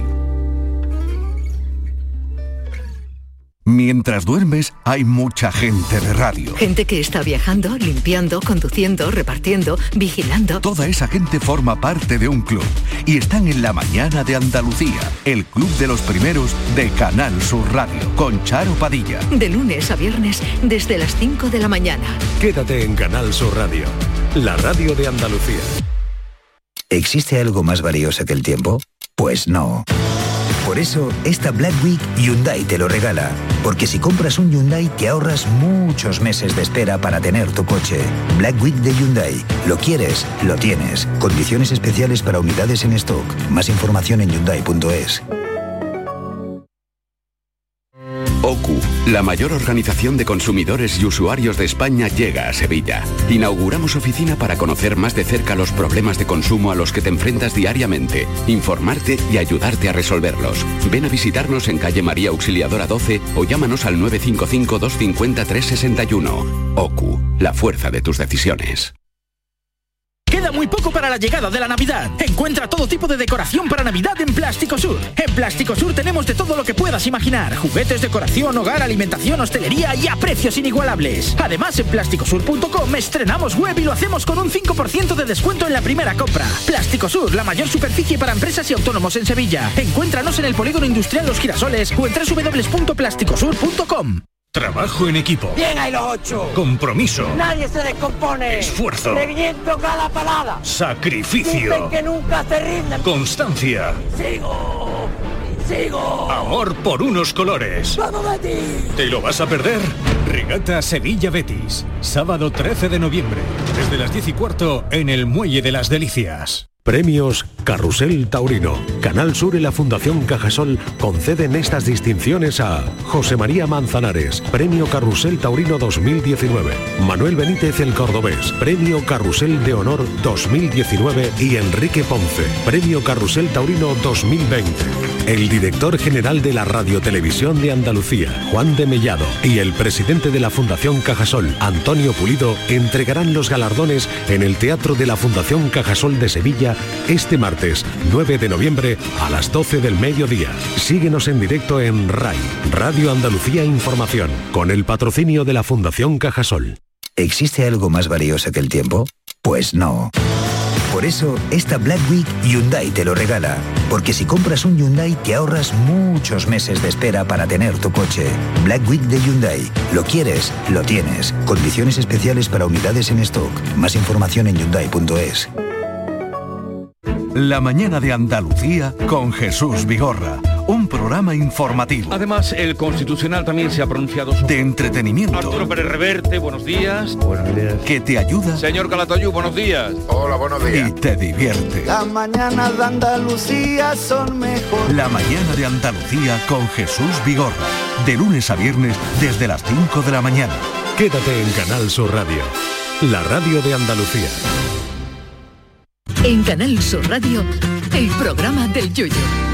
Mientras duermes, hay mucha gente de radio. Gente que está viajando, limpiando, conduciendo, repartiendo, vigilando. Toda esa gente forma parte de un club y están en la mañana de Andalucía, el club de los primeros de Canal Sur Radio, con Charo Padilla. De lunes a viernes, desde las 5 de la mañana. Quédate en Canal Sur Radio, la radio de Andalucía. ¿Existe algo más valioso que el tiempo? Pues no. Por eso, esta Black Week Hyundai te lo regala. Porque si compras un Hyundai te ahorras muchos meses de espera para tener tu coche. Black Week de Hyundai. Lo quieres, lo tienes. Condiciones especiales para unidades en stock. Más información en Hyundai.es. OCU, la mayor organización de consumidores y usuarios de España, llega a Sevilla. Inauguramos oficina para conocer más de cerca los problemas de consumo a los que te enfrentas diariamente, informarte y ayudarte a resolverlos. Ven a visitarnos en calle María Auxiliadora 12 o llámanos al 955 250 361. OCU, la fuerza de tus decisiones. Queda muy poco para la llegada de la Navidad. Encuentra todo tipo de decoración para Navidad en Plástico Sur. En Plástico Sur tenemos de todo lo que puedas imaginar. Juguetes, decoración, hogar, alimentación, hostelería y a precios inigualables. Además, en plásticosur.com estrenamos web y lo hacemos con un 5% de descuento en la primera compra. Plástico Sur, la mayor superficie para empresas y autónomos en Sevilla. Encuéntranos en el Polígono Industrial Los Girasoles o en www.plásticosur.com. Trabajo en equipo. Bien hay los 8. Compromiso. Nadie se descompone. Esfuerzo. Reviento cada palada. Sacrificio. Dicen que nunca se rinden. Constancia. Sigo. Amor por unos colores. ¡Vamos, Betis! ¿Te lo vas a perder? Regata Sevilla-Betis. Sábado 13 de noviembre. Desde las 10:15 en el Muelle de las Delicias. Premios Carrusel Taurino. Canal Sur y la Fundación Cajasol conceden estas distinciones a José María Manzanares, Premio Carrusel Taurino 2019, Manuel Benítez el Cordobés, Premio Carrusel de Honor 2019 y Enrique Ponce, Premio Carrusel Taurino 2020. El director general de la Radiotelevisión de Andalucía, Juan de Mellado, y el presidente de la Fundación Cajasol, Antonio Pulido, entregarán los galardones en el Teatro de la Fundación Cajasol de Sevilla este martes 9 de noviembre a las 12 del mediodía. Síguenos en directo en RAI, Radio Andalucía Información, con el patrocinio de la Fundación Cajasol. ¿Existe algo más valioso que el tiempo? Pues no. Por eso, esta Black Week Hyundai te lo regala. Porque si compras un Hyundai te ahorras muchos meses de espera para tener tu coche. Black Week de Hyundai. Lo quieres, lo tienes. Condiciones especiales para unidades en stock. Más información en Hyundai.es. La mañana de Andalucía con Jesús Vigorra. Un programa informativo. Además, el Constitucional también se ha pronunciado sobre... De entretenimiento. Arturo Pérez Reverte, buenos días. Buenos días. Que te ayuda. Señor Calatayud, buenos días. Hola, buenos días. Y te divierte. Las mañanas de Andalucía son mejor. La mañana de Andalucía con Jesús Vigorra. De lunes a viernes desde las 5 de la mañana. Quédate en Canal Sur Radio, la radio de Andalucía. En Canal Sur Radio, el programa del Yoyo.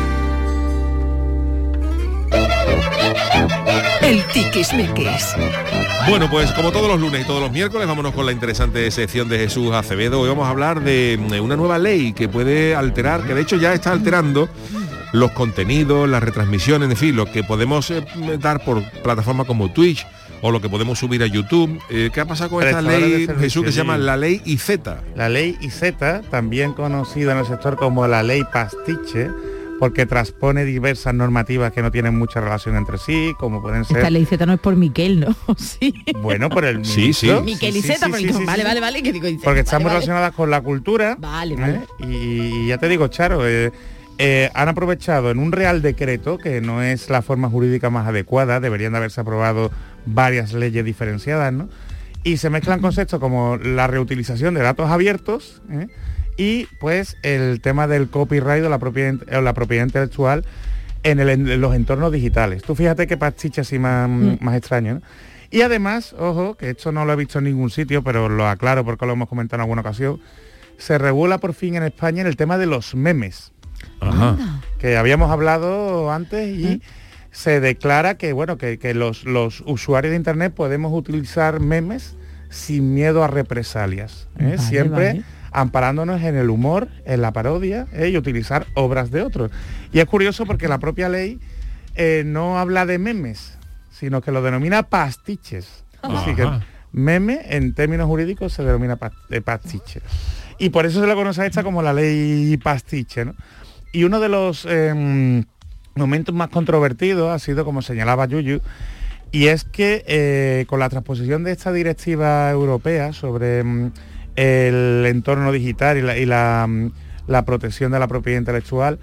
El tiquismiquis. Bueno, pues como todos los lunes y todos los miércoles, vámonos con la interesante sección de Jesús Acevedo. Hoy vamos a hablar de una nueva ley que puede alterar, que de hecho ya está alterando los contenidos, las retransmisiones, en fin, lo que podemos dar por plataformas como Twitch o lo que podemos subir a YouTube. ¿Qué ha pasado con esta ley, Jesús, que se llama la ley IZ? La ley IZ, también conocida en el sector como la ley pastiche, porque transpone diversas normativas que no tienen mucha relación entre sí, como pueden ser... Esta ley Z no es por Miquel, ¿no? Sí. Bueno, por el ministro. Sí. Miquel y Z, vale, que digo IZ. Porque están muy vale. relacionadas con la cultura. Vale. Y ya te digo, Charo, han aprovechado en un real decreto, que no es la forma jurídica más adecuada, deberían de haberse aprobado varias leyes diferenciadas, ¿no? Y se mezclan conceptos como la reutilización de datos abiertos, y pues el tema del copyright o la propiedad intelectual en los entornos digitales. Tú fíjate qué pastiche así más extraño, ¿no? Y además, ojo, que esto no lo he visto en ningún sitio, pero lo aclaro porque lo hemos comentado en alguna ocasión, se regula por fin en España en el tema de los memes. Ajá. Que habíamos hablado antes y se declara que bueno que los usuarios de internet podemos utilizar memes sin miedo a represalias, siempre amparándonos en el humor, en la parodia, y utilizar obras de otros. Y es curioso porque la propia ley no habla de memes, sino que lo denomina pastiches. Así que meme en términos jurídicos se denomina pastiche. Y por eso se le conoce a esta como la ley pastiche, ¿no? Y uno de los momentos más controvertidos ha sido, como señalaba Yuyu, y es que con la transposición de esta directiva europea sobre el entorno digital y la protección de la propiedad intelectual,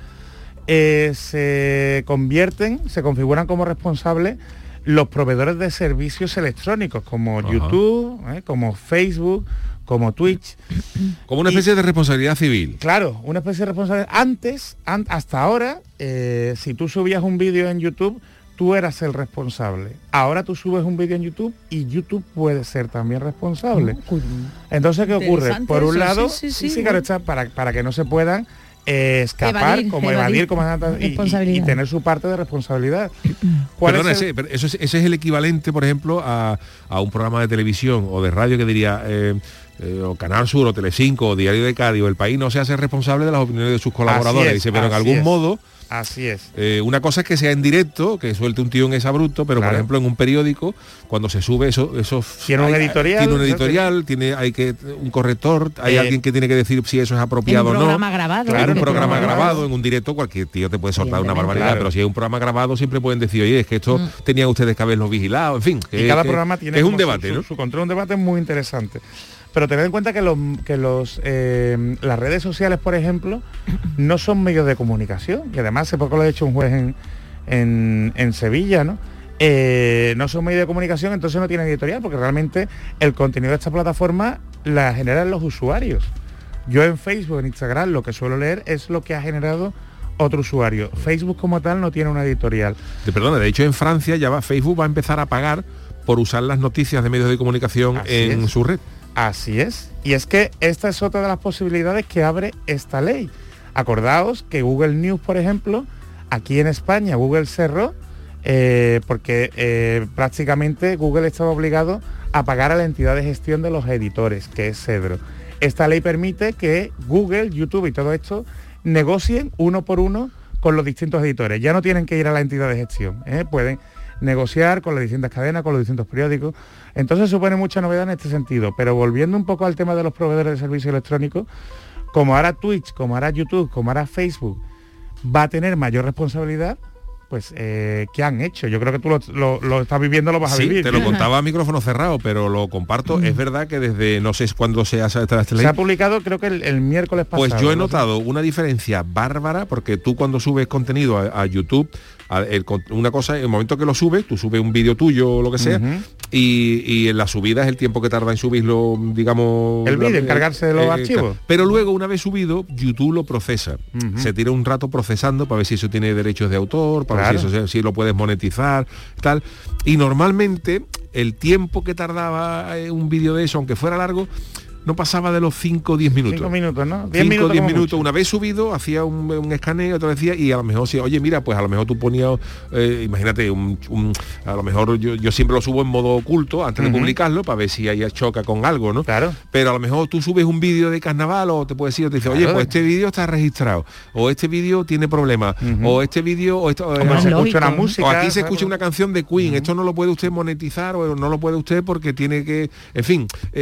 se configuran como responsables los proveedores de servicios electrónicos como YouTube, como Facebook, como Twitch. Como una especie de responsabilidad civil. Claro, una especie de responsabilidad. Hasta ahora, si tú subías un vídeo en YouTube, tú eras el responsable. Ahora tú subes un vídeo en YouTube y YouTube puede ser también responsable. Entonces, ¿qué ocurre? Por un lado, claro, está para que no se puedan escapar, evadir y tener su parte de responsabilidad. Perdona, pero ese es el equivalente, por ejemplo, a un programa de televisión o de radio que diría o Canal Sur o Telecinco o Diario de Cádiz o El País no se hace responsable de las opiniones de sus colaboradores. Dice, pero en algún modo... Así es. Una cosa es que sea en directo, que suelte un tío en exabrupto, pero por ejemplo en un periódico, cuando se sube eso tiene un editorial. Tiene un editorial, un corrector, hay alguien que tiene que decir si eso es apropiado o no. Grabado, un programa grabado, en un directo, cualquier tío te puede soltar una barbaridad, pero si hay un programa grabado siempre pueden decir, oye, es que esto tenían ustedes que haberlo vigilado, en fin. Y cada programa tiene un debate, ¿no? Su control, un debate muy interesante. Pero tened en cuenta que las redes sociales, por ejemplo, no son medios de comunicación. Y además, hace poco lo ha hecho un juez en Sevilla, ¿no? No son medios de comunicación, entonces no tienen editorial, porque realmente el contenido de esta plataforma la generan los usuarios. Yo en Facebook, en Instagram, lo que suelo leer es lo que ha generado otro usuario. Facebook como tal no tiene una editorial. Perdona, de hecho en Francia Facebook va a empezar a pagar por usar las noticias de medios de comunicación en su red. Así es. Y es que esta es otra de las posibilidades que abre esta ley. Acordaos que Google News, por ejemplo, Aquí en España Google cerró porque prácticamente Google estaba obligado a pagar a la entidad de gestión de los editores, que es Cedro. Esta ley permite que Google, YouTube y todo esto negocien uno por uno con los distintos editores. Ya no tienen que ir a la entidad de gestión, pueden negociar con las distintas cadenas, con los distintos periódicos. Entonces supone mucha novedad en este sentido. Pero volviendo un poco al tema de los proveedores de servicios electrónicos, como ahora Twitch, como ahora YouTube, como ahora Facebook va a tener mayor responsabilidad, pues ¿qué han hecho? Yo creo que tú lo estás viviendo, lo vas a vivir. Te lo contaba a micrófono cerrado, pero lo comparto. Es verdad que desde, no sé cuándo se ha publicado, creo que el miércoles pasado. Pues yo he notado una diferencia bárbara, porque tú cuando subes contenido a YouTube, una cosa, en el momento que lo subes, tú subes un vídeo tuyo o lo que sea, y en la subida es el tiempo que tarda en subirlo, digamos... El vídeo, encargarse de los archivos. Pero luego, una vez subido, YouTube lo procesa. Se tira un rato procesando para ver si eso tiene derechos de autor, para ver si lo puedes monetizar, tal. Y normalmente, el tiempo que tardaba un vídeo de eso, aunque fuera largo, no pasaba de los 5 o 10 minutos. 5 minutos, ¿no? 10 minutos. Una vez subido, hacía un escaneo, otro decía, y a lo mejor, si, oye, mira, pues a lo mejor tú ponías, imagínate, a lo mejor yo siempre lo subo en modo oculto, antes de publicarlo, para ver si ahí choca con algo, ¿no? Claro. Pero a lo mejor tú subes un vídeo de carnaval, o te puede decir, o te dice, oye, pues este vídeo está registrado, o este vídeo tiene problemas, o este vídeo, o esto, se escucha una música, o aquí se escucha una canción de Queen, esto no lo puede usted monetizar, o no lo puede usted porque tiene que, en fin...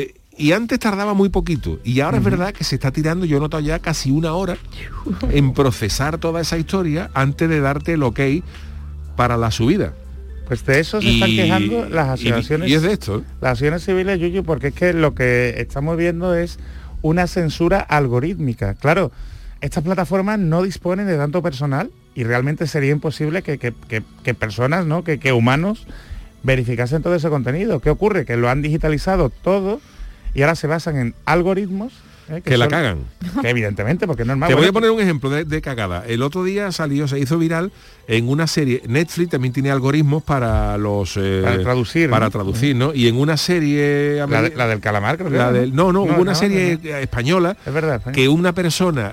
y antes tardaba muy poquito, y ahora es verdad que se está tirando, yo he notado ya casi una hora en procesar toda esa historia antes de darte el ok para la subida. Pues de eso se están quejando las asociaciones. Y es de esto. Las asociaciones civiles, Yuyu, porque es que lo que estamos viendo es una censura algorítmica. Claro, estas plataformas no disponen de tanto personal y realmente sería imposible que personas, ¿no? que humanos verificasen todo ese contenido. ¿Qué ocurre? Que lo han digitalizado todo y ahora se basan en algoritmos que la cagan. Que evidentemente, porque es normal. Te voy a poner un ejemplo de cagada. El otro día se hizo viral en una serie. Netflix también tiene algoritmos para los... para traducir. Para traducir, ¿no? Y en una serie... La del calamar, creo que hubo una serie española, es verdad, que una persona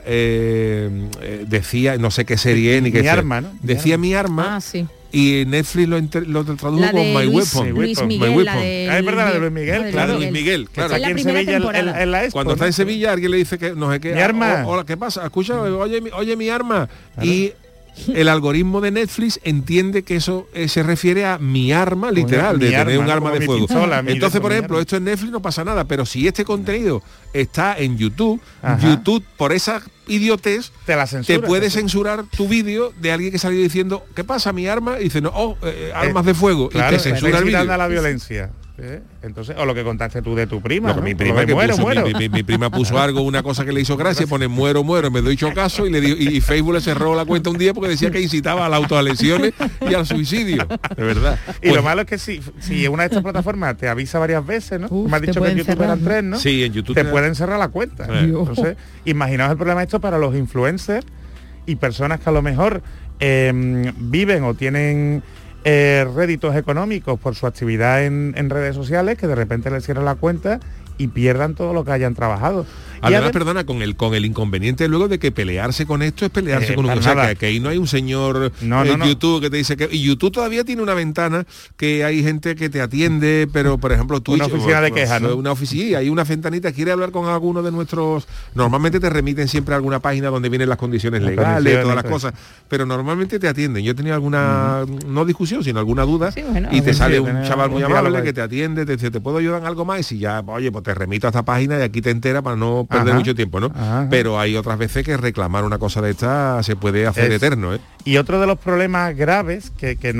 decía, no sé qué serie ni qué Mi arma, ¿no? Decía mi arma. Ah, sí. Y Netflix lo tradujo con My Weapon. Luis Miguel, My Weapon. Es verdad, la de Luis Miguel, claro. Luis Miguel, claro. Aquí en Sevilla, en la Expo, cuando está en Sevilla, alguien le dice que no sé qué. Mi arma. Hola, ¿qué pasa? Escucha, oye, mi arma. Claro. Y el algoritmo de Netflix entiende que eso se refiere a mi arma, literal, de tener un arma de fuego. Entonces, por ejemplo, esto en Netflix no pasa nada, pero si este contenido está en YouTube, YouTube, por esa idiotez, te puede censurar tu vídeo de alguien que salió diciendo, ¿qué pasa, mi arma? Y dice, no, armas de fuego. Claro, y te censura el vídeo. A la violencia. Entonces, o lo que contaste tú de tu prima, no, mi prima que muero. Mi prima puso algo, una cosa que le hizo gracia, pone muero, me doy hecho caso, y Facebook le cerró la cuenta un día porque decía que incitaba a las autolesiones y al suicidio, de verdad. Y lo malo es que si una de estas plataformas te avisa varias veces, ¿no? Me has dicho que en YouTube eran 3, ¿no? Sí, en YouTube te pueden cerrar la cuenta. Entonces, imaginaos el problema esto para los influencers y personas que a lo mejor viven o tienen réditos económicos por su actividad en redes sociales, que de repente les cierran la cuenta y pierdan todo lo que hayan trabajado. Además, perdona, con el inconveniente luego de que pelearse con esto es pelearse con un... O sea, que ahí no hay un señor YouTube que te dice que... Y YouTube todavía tiene una ventana que hay gente que te atiende, pero por ejemplo Twitch... Una oficina de quejas, ¿no? Una oficina, hay una ventanita, quiere hablar con alguno de nuestros... Normalmente te remiten siempre a alguna página donde vienen las condiciones legales, todas las cosas, pero normalmente te atienden. Yo he tenido alguna, no discusión, sino alguna duda, y te sale un chaval muy amable que te atiende, te dice, ¿te puedo ayudar en algo más? Y si ya, oye, pues te remito a esta página y aquí te entera para no perder mucho tiempo, ¿no? Pero hay otras veces que reclamar una cosa de esta se puede hacer eterno, ¿eh? Y otro de los problemas graves que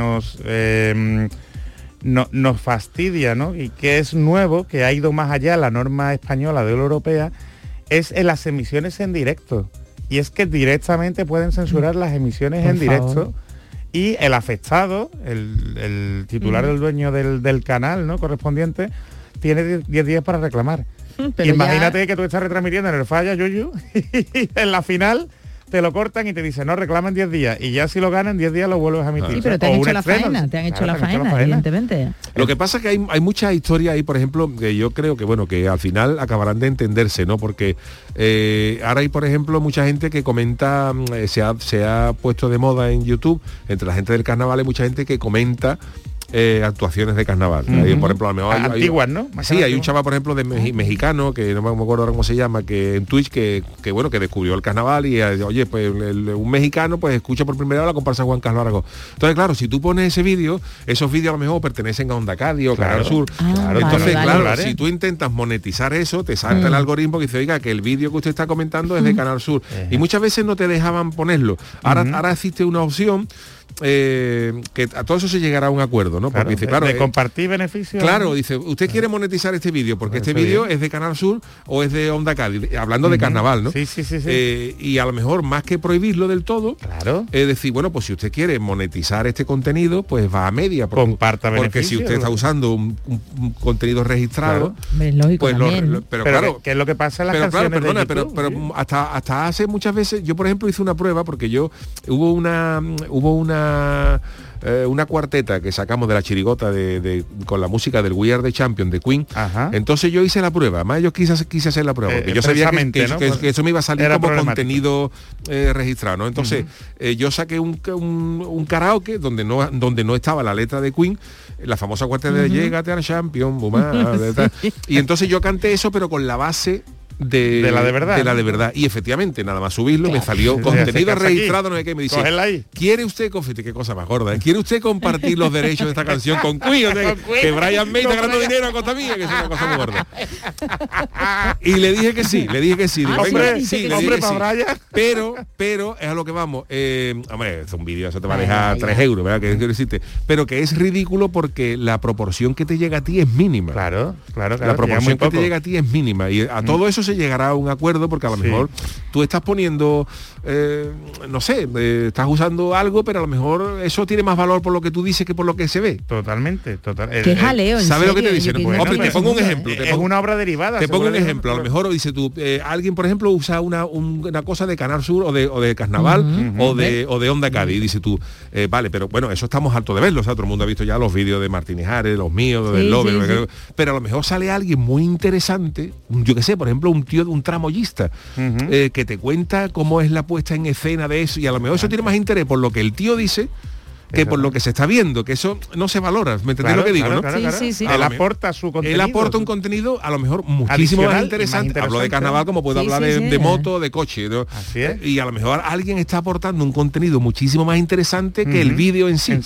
nos fastidia, ¿no? Y que es nuevo, que ha ido más allá la norma española de la europea, es en las emisiones en directo. Y es que directamente pueden censurar las emisiones en directo. Y el afectado, el titular del dueño del canal, ¿no? Correspondiente, tiene 10 días para reclamar. Pero imagínate que tú estás retransmitiendo en el Falla, Yuyu, y en la final te lo cortan y te dicen, no, reclaman 10 días. Y ya si lo ganan, 10 días lo vuelves a emitir. Sí, pero te han hecho la faena, evidentemente. Lo que pasa es que hay muchas historias ahí, por ejemplo, que yo creo que, bueno, que al final acabarán de entenderse, ¿no? Porque ahora hay, por ejemplo, mucha gente que comenta, se ha puesto de moda en YouTube, entre la gente del carnaval hay mucha gente que comenta actuaciones de carnaval. Hay, por ejemplo, a lo mejor antiguas, ¿no? Sí, hay un chaval, por ejemplo, de mexicano, que no me acuerdo ahora cómo se llama, que en Twitch, que bueno, que descubrió el carnaval y oye, pues un mexicano pues escucha por primera vez la comparsa Juan Carlos Aragón. Entonces, claro, si tú pones ese vídeo, esos vídeos a lo mejor pertenecen a Onda Cádiz o Canal Sur. Entonces, claro, si tú intentas monetizar eso, te salta el algoritmo que dice, oiga, que el vídeo que usted está comentando es de Canal Sur. Y muchas veces no te dejaban ponerlo. Ahora existe una opción que a todo eso se llegará a un acuerdo, ¿no? Porque dice, claro, de compartir beneficios. Claro, dice, usted quiere monetizar este vídeo porque este vídeo es de Canal Sur o es de Onda Cádiz, hablando de carnaval, ¿no? Sí. Y a lo mejor más que prohibirlo del todo, es decir, bueno, pues si usted quiere monetizar este contenido, pues va a media. Comparta beneficios. Porque si usted está usando un contenido registrado, es lógico, pues pero claro, ¿qué es lo que pasa en las canciones de YouTube? Pero hasta hace muchas veces, yo por ejemplo hice una prueba porque hubo una cuarteta que sacamos de la chirigota con la música del We Are the Champion de Queen. Entonces yo hice la prueba, además yo quise hacer la prueba porque yo sabía que eso me iba a salir como contenido registrado, ¿no? Entonces yo saqué un karaoke donde no estaba la letra de Queen, la famosa cuarteta de Llégate al Champion, y entonces yo canté eso pero con la base de la de verdad. Y efectivamente, nada más subirlo, me salió contenido registrado, no sé qué, me dice, ¿quiere usted, qué cosa más gorda, ¿quiere usted compartir los derechos de esta canción con Queen? O sea, que Brian May está ganando dinero a costa mía, que es una cosa muy gorda. Y le dije que sí. Digo, hombre, para Brian. Pero es a lo que vamos. Hombre, es un vídeo, eso te va a dejar 3 euros, ¿verdad? Que decirte. Pero que es ridículo porque la proporción que te llega a ti es mínima. Claro. La proporción que te llega a ti es mínima. Y a todo eso se llegará a un acuerdo porque a lo mejor tú estás poniendo no sé, estás usando algo, pero a lo mejor eso tiene más valor por lo que tú dices que por lo que se ve. Totalmente. Qué jaleo. ¿Sabes lo que te dicen? Te pongo un ejemplo. Es una obra derivada. Te pongo un ejemplo. A lo mejor dice tú, alguien por ejemplo usa una cosa de Canal Sur o de Carnaval o de Onda Cádiz y dice tú, vale, pero bueno, eso estamos hartos de verlo. O sea, todo el mundo ha visto ya los vídeos de Martínez Ares, los míos, del Lover, pero a lo mejor sale alguien muy interesante, yo qué sé, por ejemplo, un tío de un tramoyista que te cuenta cómo es la puesta en escena de eso y a lo mejor eso tiene más interés por lo que el tío dice que por lo que se está viendo, que eso no se valora. ¿Me entendés lo que digo, no? Sí. Él aporta su contenido. Él aporta un contenido a lo mejor muchísimo más interesante. Hablo de carnaval como puedo hablar de moto, de coche, ¿no? Así es. Y a lo mejor alguien está aportando un contenido muchísimo más interesante que el vídeo en sí.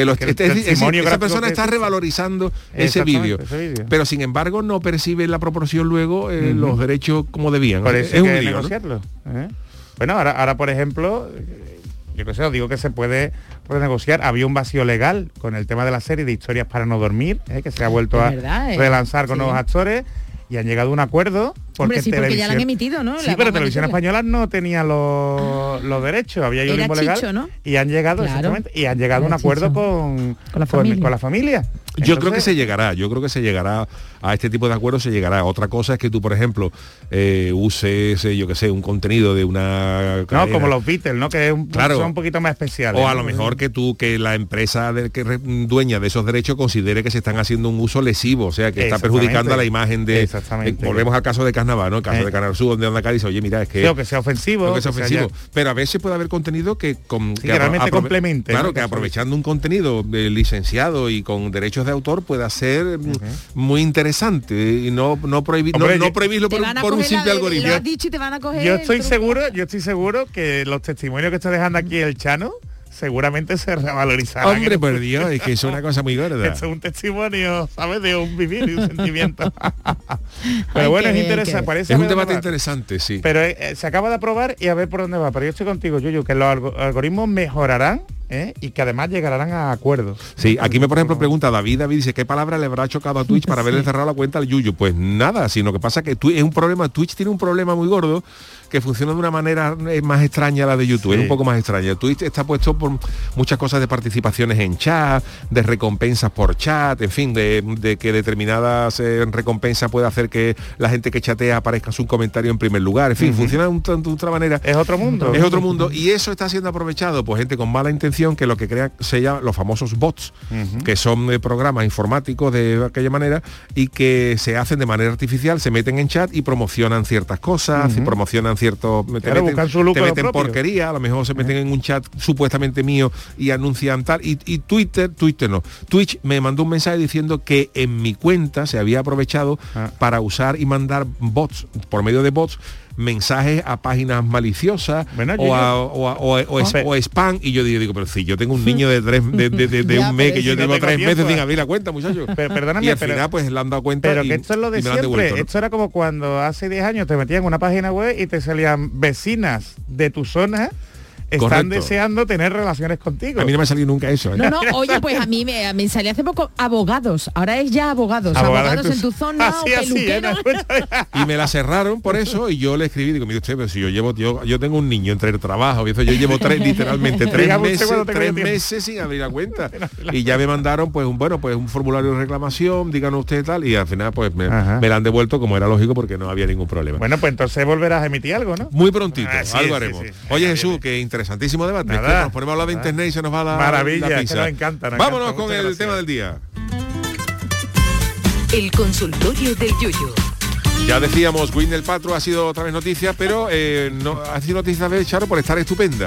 Esa persona está revalorizando ese vídeo. Pero sin embargo no percibe la proporción luego los derechos como debían. Por eso es un lío, negociarlo. Bueno, ahora por ejemplo, yo que sé, os digo que se puede negociar. Había un vacío legal con el tema de la serie de Historias para no dormir, que se ha vuelto a relanzar con nuevos actores y han llegado a un acuerdo. Porque ya la han emitido, ¿no? Sí, pero Televisión Española no tenía los derechos, había un limbo legal, ¿no? Y han llegado, exactamente, y han llegado a un acuerdo con la familia. Yo creo que se llegará a este tipo de acuerdos, se llegará. Otra cosa es que tú, por ejemplo, uses, yo que sé, un contenido de una cadena. No, como los Beatles, ¿no? Que son un poquito más especiales. O a lo mejor que la empresa dueña de esos derechos considere que se están haciendo un uso lesivo, o sea, que está perjudicando a la imagen de... Volvemos al caso de Carnaval, ¿no? El caso de Canal Sur, donde Onda Cádiz dice, oye, mira, es que... Creo que sea ofensivo. Pero a veces puede haber contenido que realmente complemente. Claro, que aprovechando un contenido licenciado y con derechos de autor pueda ser muy interesante y no prohibirlo por un simple algoritmo. Lo has dicho y te van a coger. Yo estoy seguro que los testimonios que está dejando aquí el Chano seguramente se revalorizarán. Hombre, por Dios, es que es una cosa muy gorda. Esto es un testimonio, ¿sabes? De un vivir y un sentimiento. Pero bueno, es interesante. Parece es un debate interesante, sí. Pero se acaba de aprobar y a ver por dónde va. Pero yo estoy contigo, Yuyu, que los algoritmos mejorarán y que además llegarán a acuerdos. Sí, aquí por ejemplo pregunta David dice, ¿qué palabra le habrá chocado a Twitch para haberle cerrado la cuenta al Yuyu? Pues nada, sino que pasa que es un problema, Twitch tiene un problema muy gordo que funciona de una manera más extraña a la de YouTube, es un poco más extraña. Twitch está puesto por muchas cosas de participaciones en chat, de recompensas por chat, en fin, de que determinadas recompensas puede hacer que la gente que chatea aparezca su comentario en primer lugar, en fin, funciona de otra manera. Es otro mundo. Es otro mundo, y eso está siendo aprovechado por gente con mala intención, que lo que crea se llama los famosos bots, que son programas informáticos de aquella manera y que se hacen de manera artificial, se meten en chat y promocionan ciertas cosas, y promocionan ciertos... Te meten porquería, a lo mejor se meten en un chat supuestamente mío y anuncian tal. Y Twitch me mandó un mensaje diciendo que en mi cuenta se había aprovechado para usar y mandar bots, por medio de bots, mensajes a páginas maliciosas o spam, y yo digo, pero si yo tengo un niño de un mes, que yo tengo 3 meses sin abrir la cuenta, muchachos. Perdóname, y al final pues le han dado cuenta. Pero que esto es lo de siempre, devuelto, ¿no? Esto era como cuando hace 10 años te metían en una página web y te salían vecinas de tu zona. Están deseando tener relaciones contigo. A mí no me ha salido nunca eso. No, oye, pues a mí me salió hace poco abogados. Ahora es ya abogados en tu zona, o peluqueros. Y me la cerraron por eso, y yo le escribí, digo, mire usted, pero si yo tengo un niño entre el trabajo y eso, yo llevo literalmente 3 meses sin abrir la cuenta. Y ya me mandaron pues un formulario de reclamación, díganos usted tal, y al final pues me la han devuelto, como era lógico, porque no había ningún problema. Bueno, pues entonces volverás a emitir algo, ¿no? Muy prontito, algo haremos. Oye, Jesús, que interesantísimo debate. Nos ponemos a hablar de internet y se nos va la pizza. Que nos encanta. Vámonos con el tema del día. El consultorio del Yuyu. Ya decíamos, Gwyneth Paltrow ha sido otra vez noticia, pero no ha sido noticia de Charo por estar estupenda.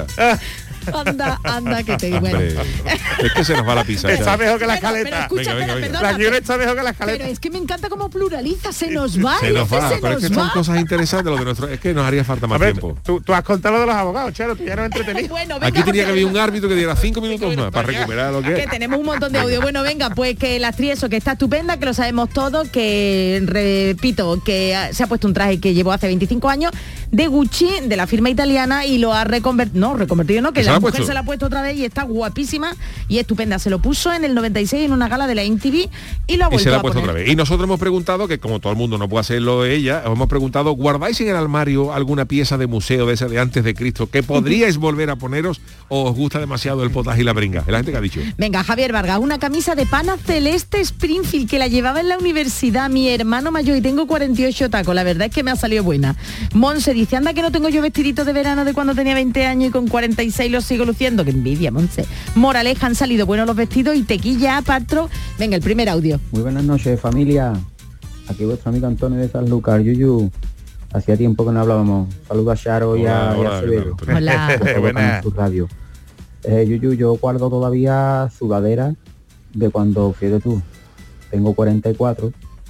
Anda, que te bueno. Es que se nos va la pizza. Está mejor que la escaleta. Venga. La Gwyneth está mejor que la escaleta. Pero es que me encanta cómo pluraliza, se nos va. Pero es que son cosas interesantes lo de nuestro. Es que nos haría falta más tiempo. Tú has contado lo de los abogados, Charo, tú ya no entretenido. Bueno, aquí tenía que haber un árbitro que diera 5 minutos más para recuperar lo que tenemos un montón de audio. Bueno, venga, pues que la actriz que está estupenda, que lo sabemos todos, que repito, que se ha puesto un traje que llevó hace 25 años de Gucci, de la firma italiana, y lo ha reconvertido, que la mujer se la ha puesto otra vez y está guapísima y estupenda. Se lo puso en el 96 en una gala de la MTV y lo ha vuelto a puesto poner otra vez. Y nosotros hemos preguntado, que como todo el mundo no puede hacerlo ella, hemos preguntado, ¿guardáis en el armario alguna pieza de museo de esa de antes de Cristo que podríais volver a poneros, o os gusta demasiado el potaje y la bringa? Es la gente que ha dicho. Venga, Javier Vargas, una camisa de pana celeste Springfield que la llevaba en la universidad mi hermano mayor, y tengo 48 tacos, la verdad es que me ha salido buena. Monse dice, anda que no tengo yo vestidito de verano de cuando tenía 20 años y con 46 los sigo luciendo. Que envidia, Monse. Moraleja, han salido buenos los vestidos. Y Tequilla, Patro. Venga, el primer audio. Muy buenas noches, familia. Aquí vuestro amigo Antonio de San Lucas. Yuyu, hacía tiempo que no hablábamos. Saludos a Charo y a Severo. Hola. Buenas. Radio. Yuyu, yo guardo todavía sudadera de cuando fui de tú. Tengo 44.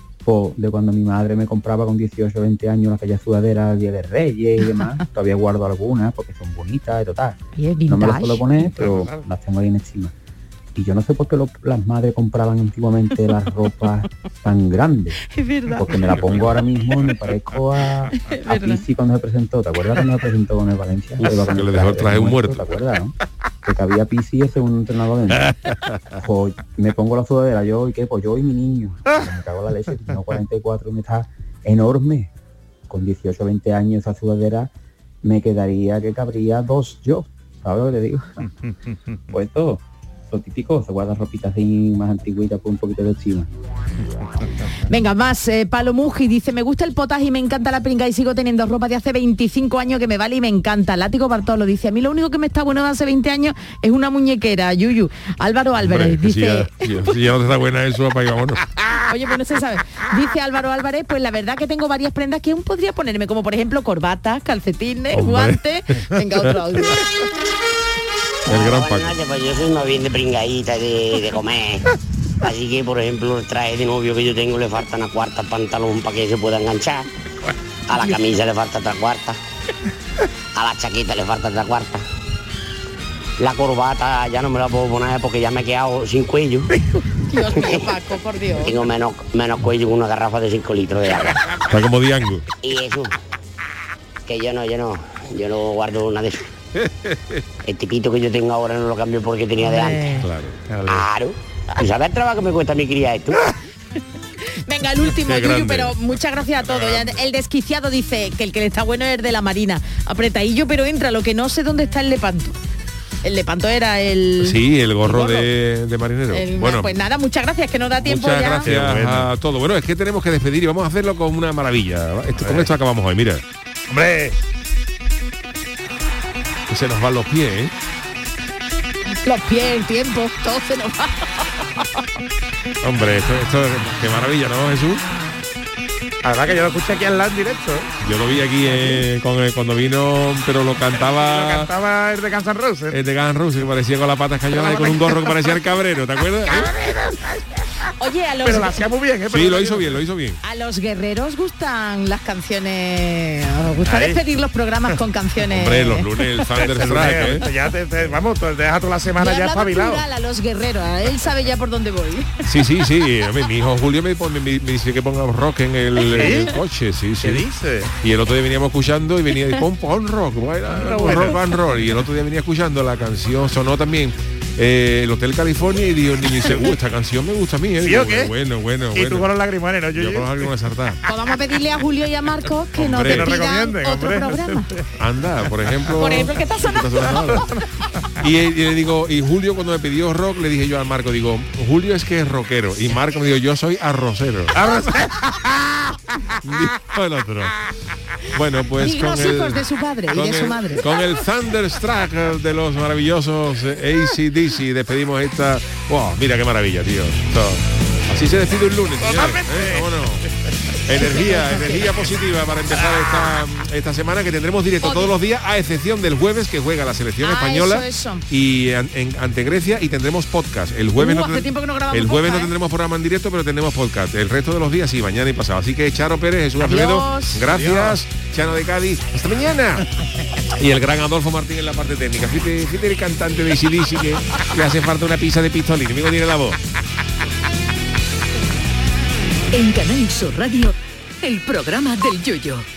De cuando mi madre me compraba con 18 o 20 años aquellas sudaderas Día de Reyes y demás. Todavía guardo algunas porque son bonitas y total. No me las puedo poner, pero las tengo ahí encima. Y yo no sé por qué las madres compraban antiguamente las ropas tan grandes. Es verdad. Porque me la pongo ahora mismo y me parezco a Pizzi cuando se presentó. ¿Te acuerdas cuando se presentó con el Valencia? Que le dejó el traje un muerto. ¿Te acuerdas, no? Que había Pizzi ese un entrenador dentro. Pues me pongo la sudadera yo, ¿y qué? Pues yo y mi niño. Me cago en la leche, tengo 44 y me está enorme. Con 18 o 20 años esa sudadera me quedaría que cabría 2 yo. ¿Sabes lo que te digo? Pues todo. Lo típico, se guarda ropita así más antiguita por un poquito de estima. Venga, más, Palo Muji dice, me gusta el potaje y me encanta la pringa y sigo teniendo ropa de hace 25 años que me vale y me encanta. Látigo Bartolo dice, a mí lo único que me está bueno de hace 20 años es una muñequera, Yuyu. Álvaro Álvarez dice... Si ya no te está buena eso, para vámonos. Oye, pues no se sabe. Dice Álvaro Álvarez, pues la verdad que tengo varias prendas que aún podría ponerme, como por ejemplo corbatas, calcetines, guantes. Venga, otro audio. El gran Paco. Pues yo soy más bien de pringadita, de comer. Así que, por ejemplo, el traje de novio que yo tengo le falta una cuarta pantalón para que se pueda enganchar. A la camisa le falta 3 cuartas. A la chaqueta le falta 3 cuartas. La corbata ya no me la puedo poner porque ya me he quedado sin cuello. Dios mío, Paco, por Dios. Tengo menos cuello que una garrafa de 5 litros de agua. Está como Diango. Y eso, que yo no guardo nada de eso. El tipito que yo tengo ahora no lo cambio porque tenía de antes. Claro. ¿Tú sabes el trabajo que me cuesta a mi cría esto? Venga, el último, Yuyu, pero muchas gracias a todos. Ya el desquiciado dice que el que le está bueno es de la Marina. Apretadillo, pero entra, lo que no sé dónde está el Lepanto. El Lepanto era el... Sí, el gorro de marinero. Bueno, pues nada, muchas gracias, que no da tiempo muchas ya. Gracias a todo. Bueno, es que tenemos que despedir y vamos a hacerlo con una maravilla. Con esto acabamos hoy, mira. ¡Hombre! Que se nos van los pies, ¿eh? Los pies, el tiempo, todo se nos va. Hombre, esto qué maravilla, ¿no, Jesús? La verdad que yo lo escuché aquí al lado en directo, ¿eh? Yo lo vi aquí cuando vino, pero lo cantaba... Lo cantaba el de Guns N' Roses. El de Guns N' Roses, que parecía con la pata escayola y con un gorro que parecía el cabrero, ¿te acuerdas? Oye, a los... Pero lo hacía muy bien, ¿eh? Sí, lo hizo bien. A los guerreros gustan las canciones... ¿Os gusta despedir los programas con canciones? Hombre, los lunes el Thunderstruck, ¿eh? Ya vamos, deja toda la semana ya espabilado. A los guerreros, él sabe ya por dónde voy. Sí. Mi hijo Julio me dice que ponga rock en el coche, sí. ¿Qué dice? Y el otro día veníamos escuchando y venía de pon rock, rock and roll. Y el otro día venía escuchando la canción, sonó también el Hotel California y dijo el niño, dice, esta canción me gusta a mí, ¿eh? ¿Sí o qué? Bueno. Y tú con los lagrimones, ¿no? Yo con los lagrimones saltados. Pues vamos a pedirle a Julio y a Marcos que nos pidan otro programa. Anda, por ejemplo, ¿qué está sonando? Y le digo, y Julio cuando me pidió rock, le dije yo al Marco, digo, Julio es que es rockero. Y Marco me dijo, yo soy arrocero. Dijo el otro. Bueno, pues dignos hijos de su padre y de su madre. Con el Thunderstruck de los maravillosos AC/DC despedimos esta... Wow, mira qué maravilla, tío. Así se despide un lunes, señores. Vámonos. Energía positiva para empezar esta semana, que tendremos directo todos los días, a excepción del jueves, que juega la selección española eso. y ante Grecia, y tendremos podcast. El jueves, no tendremos programa en directo, pero tendremos podcast. El resto de los días sí, mañana y pasado. Así que Charo Pérez, Jesús Acevedo, gracias. Adiós. Chano de Cádiz, hasta mañana. Y el gran Adolfo Martín en la parte técnica. Fíjate el cantante de AC/DC que le hace falta una pizza de pistolín. Amigo, tiene la voz. En Canal Sur Radio, el programa del Yoyo.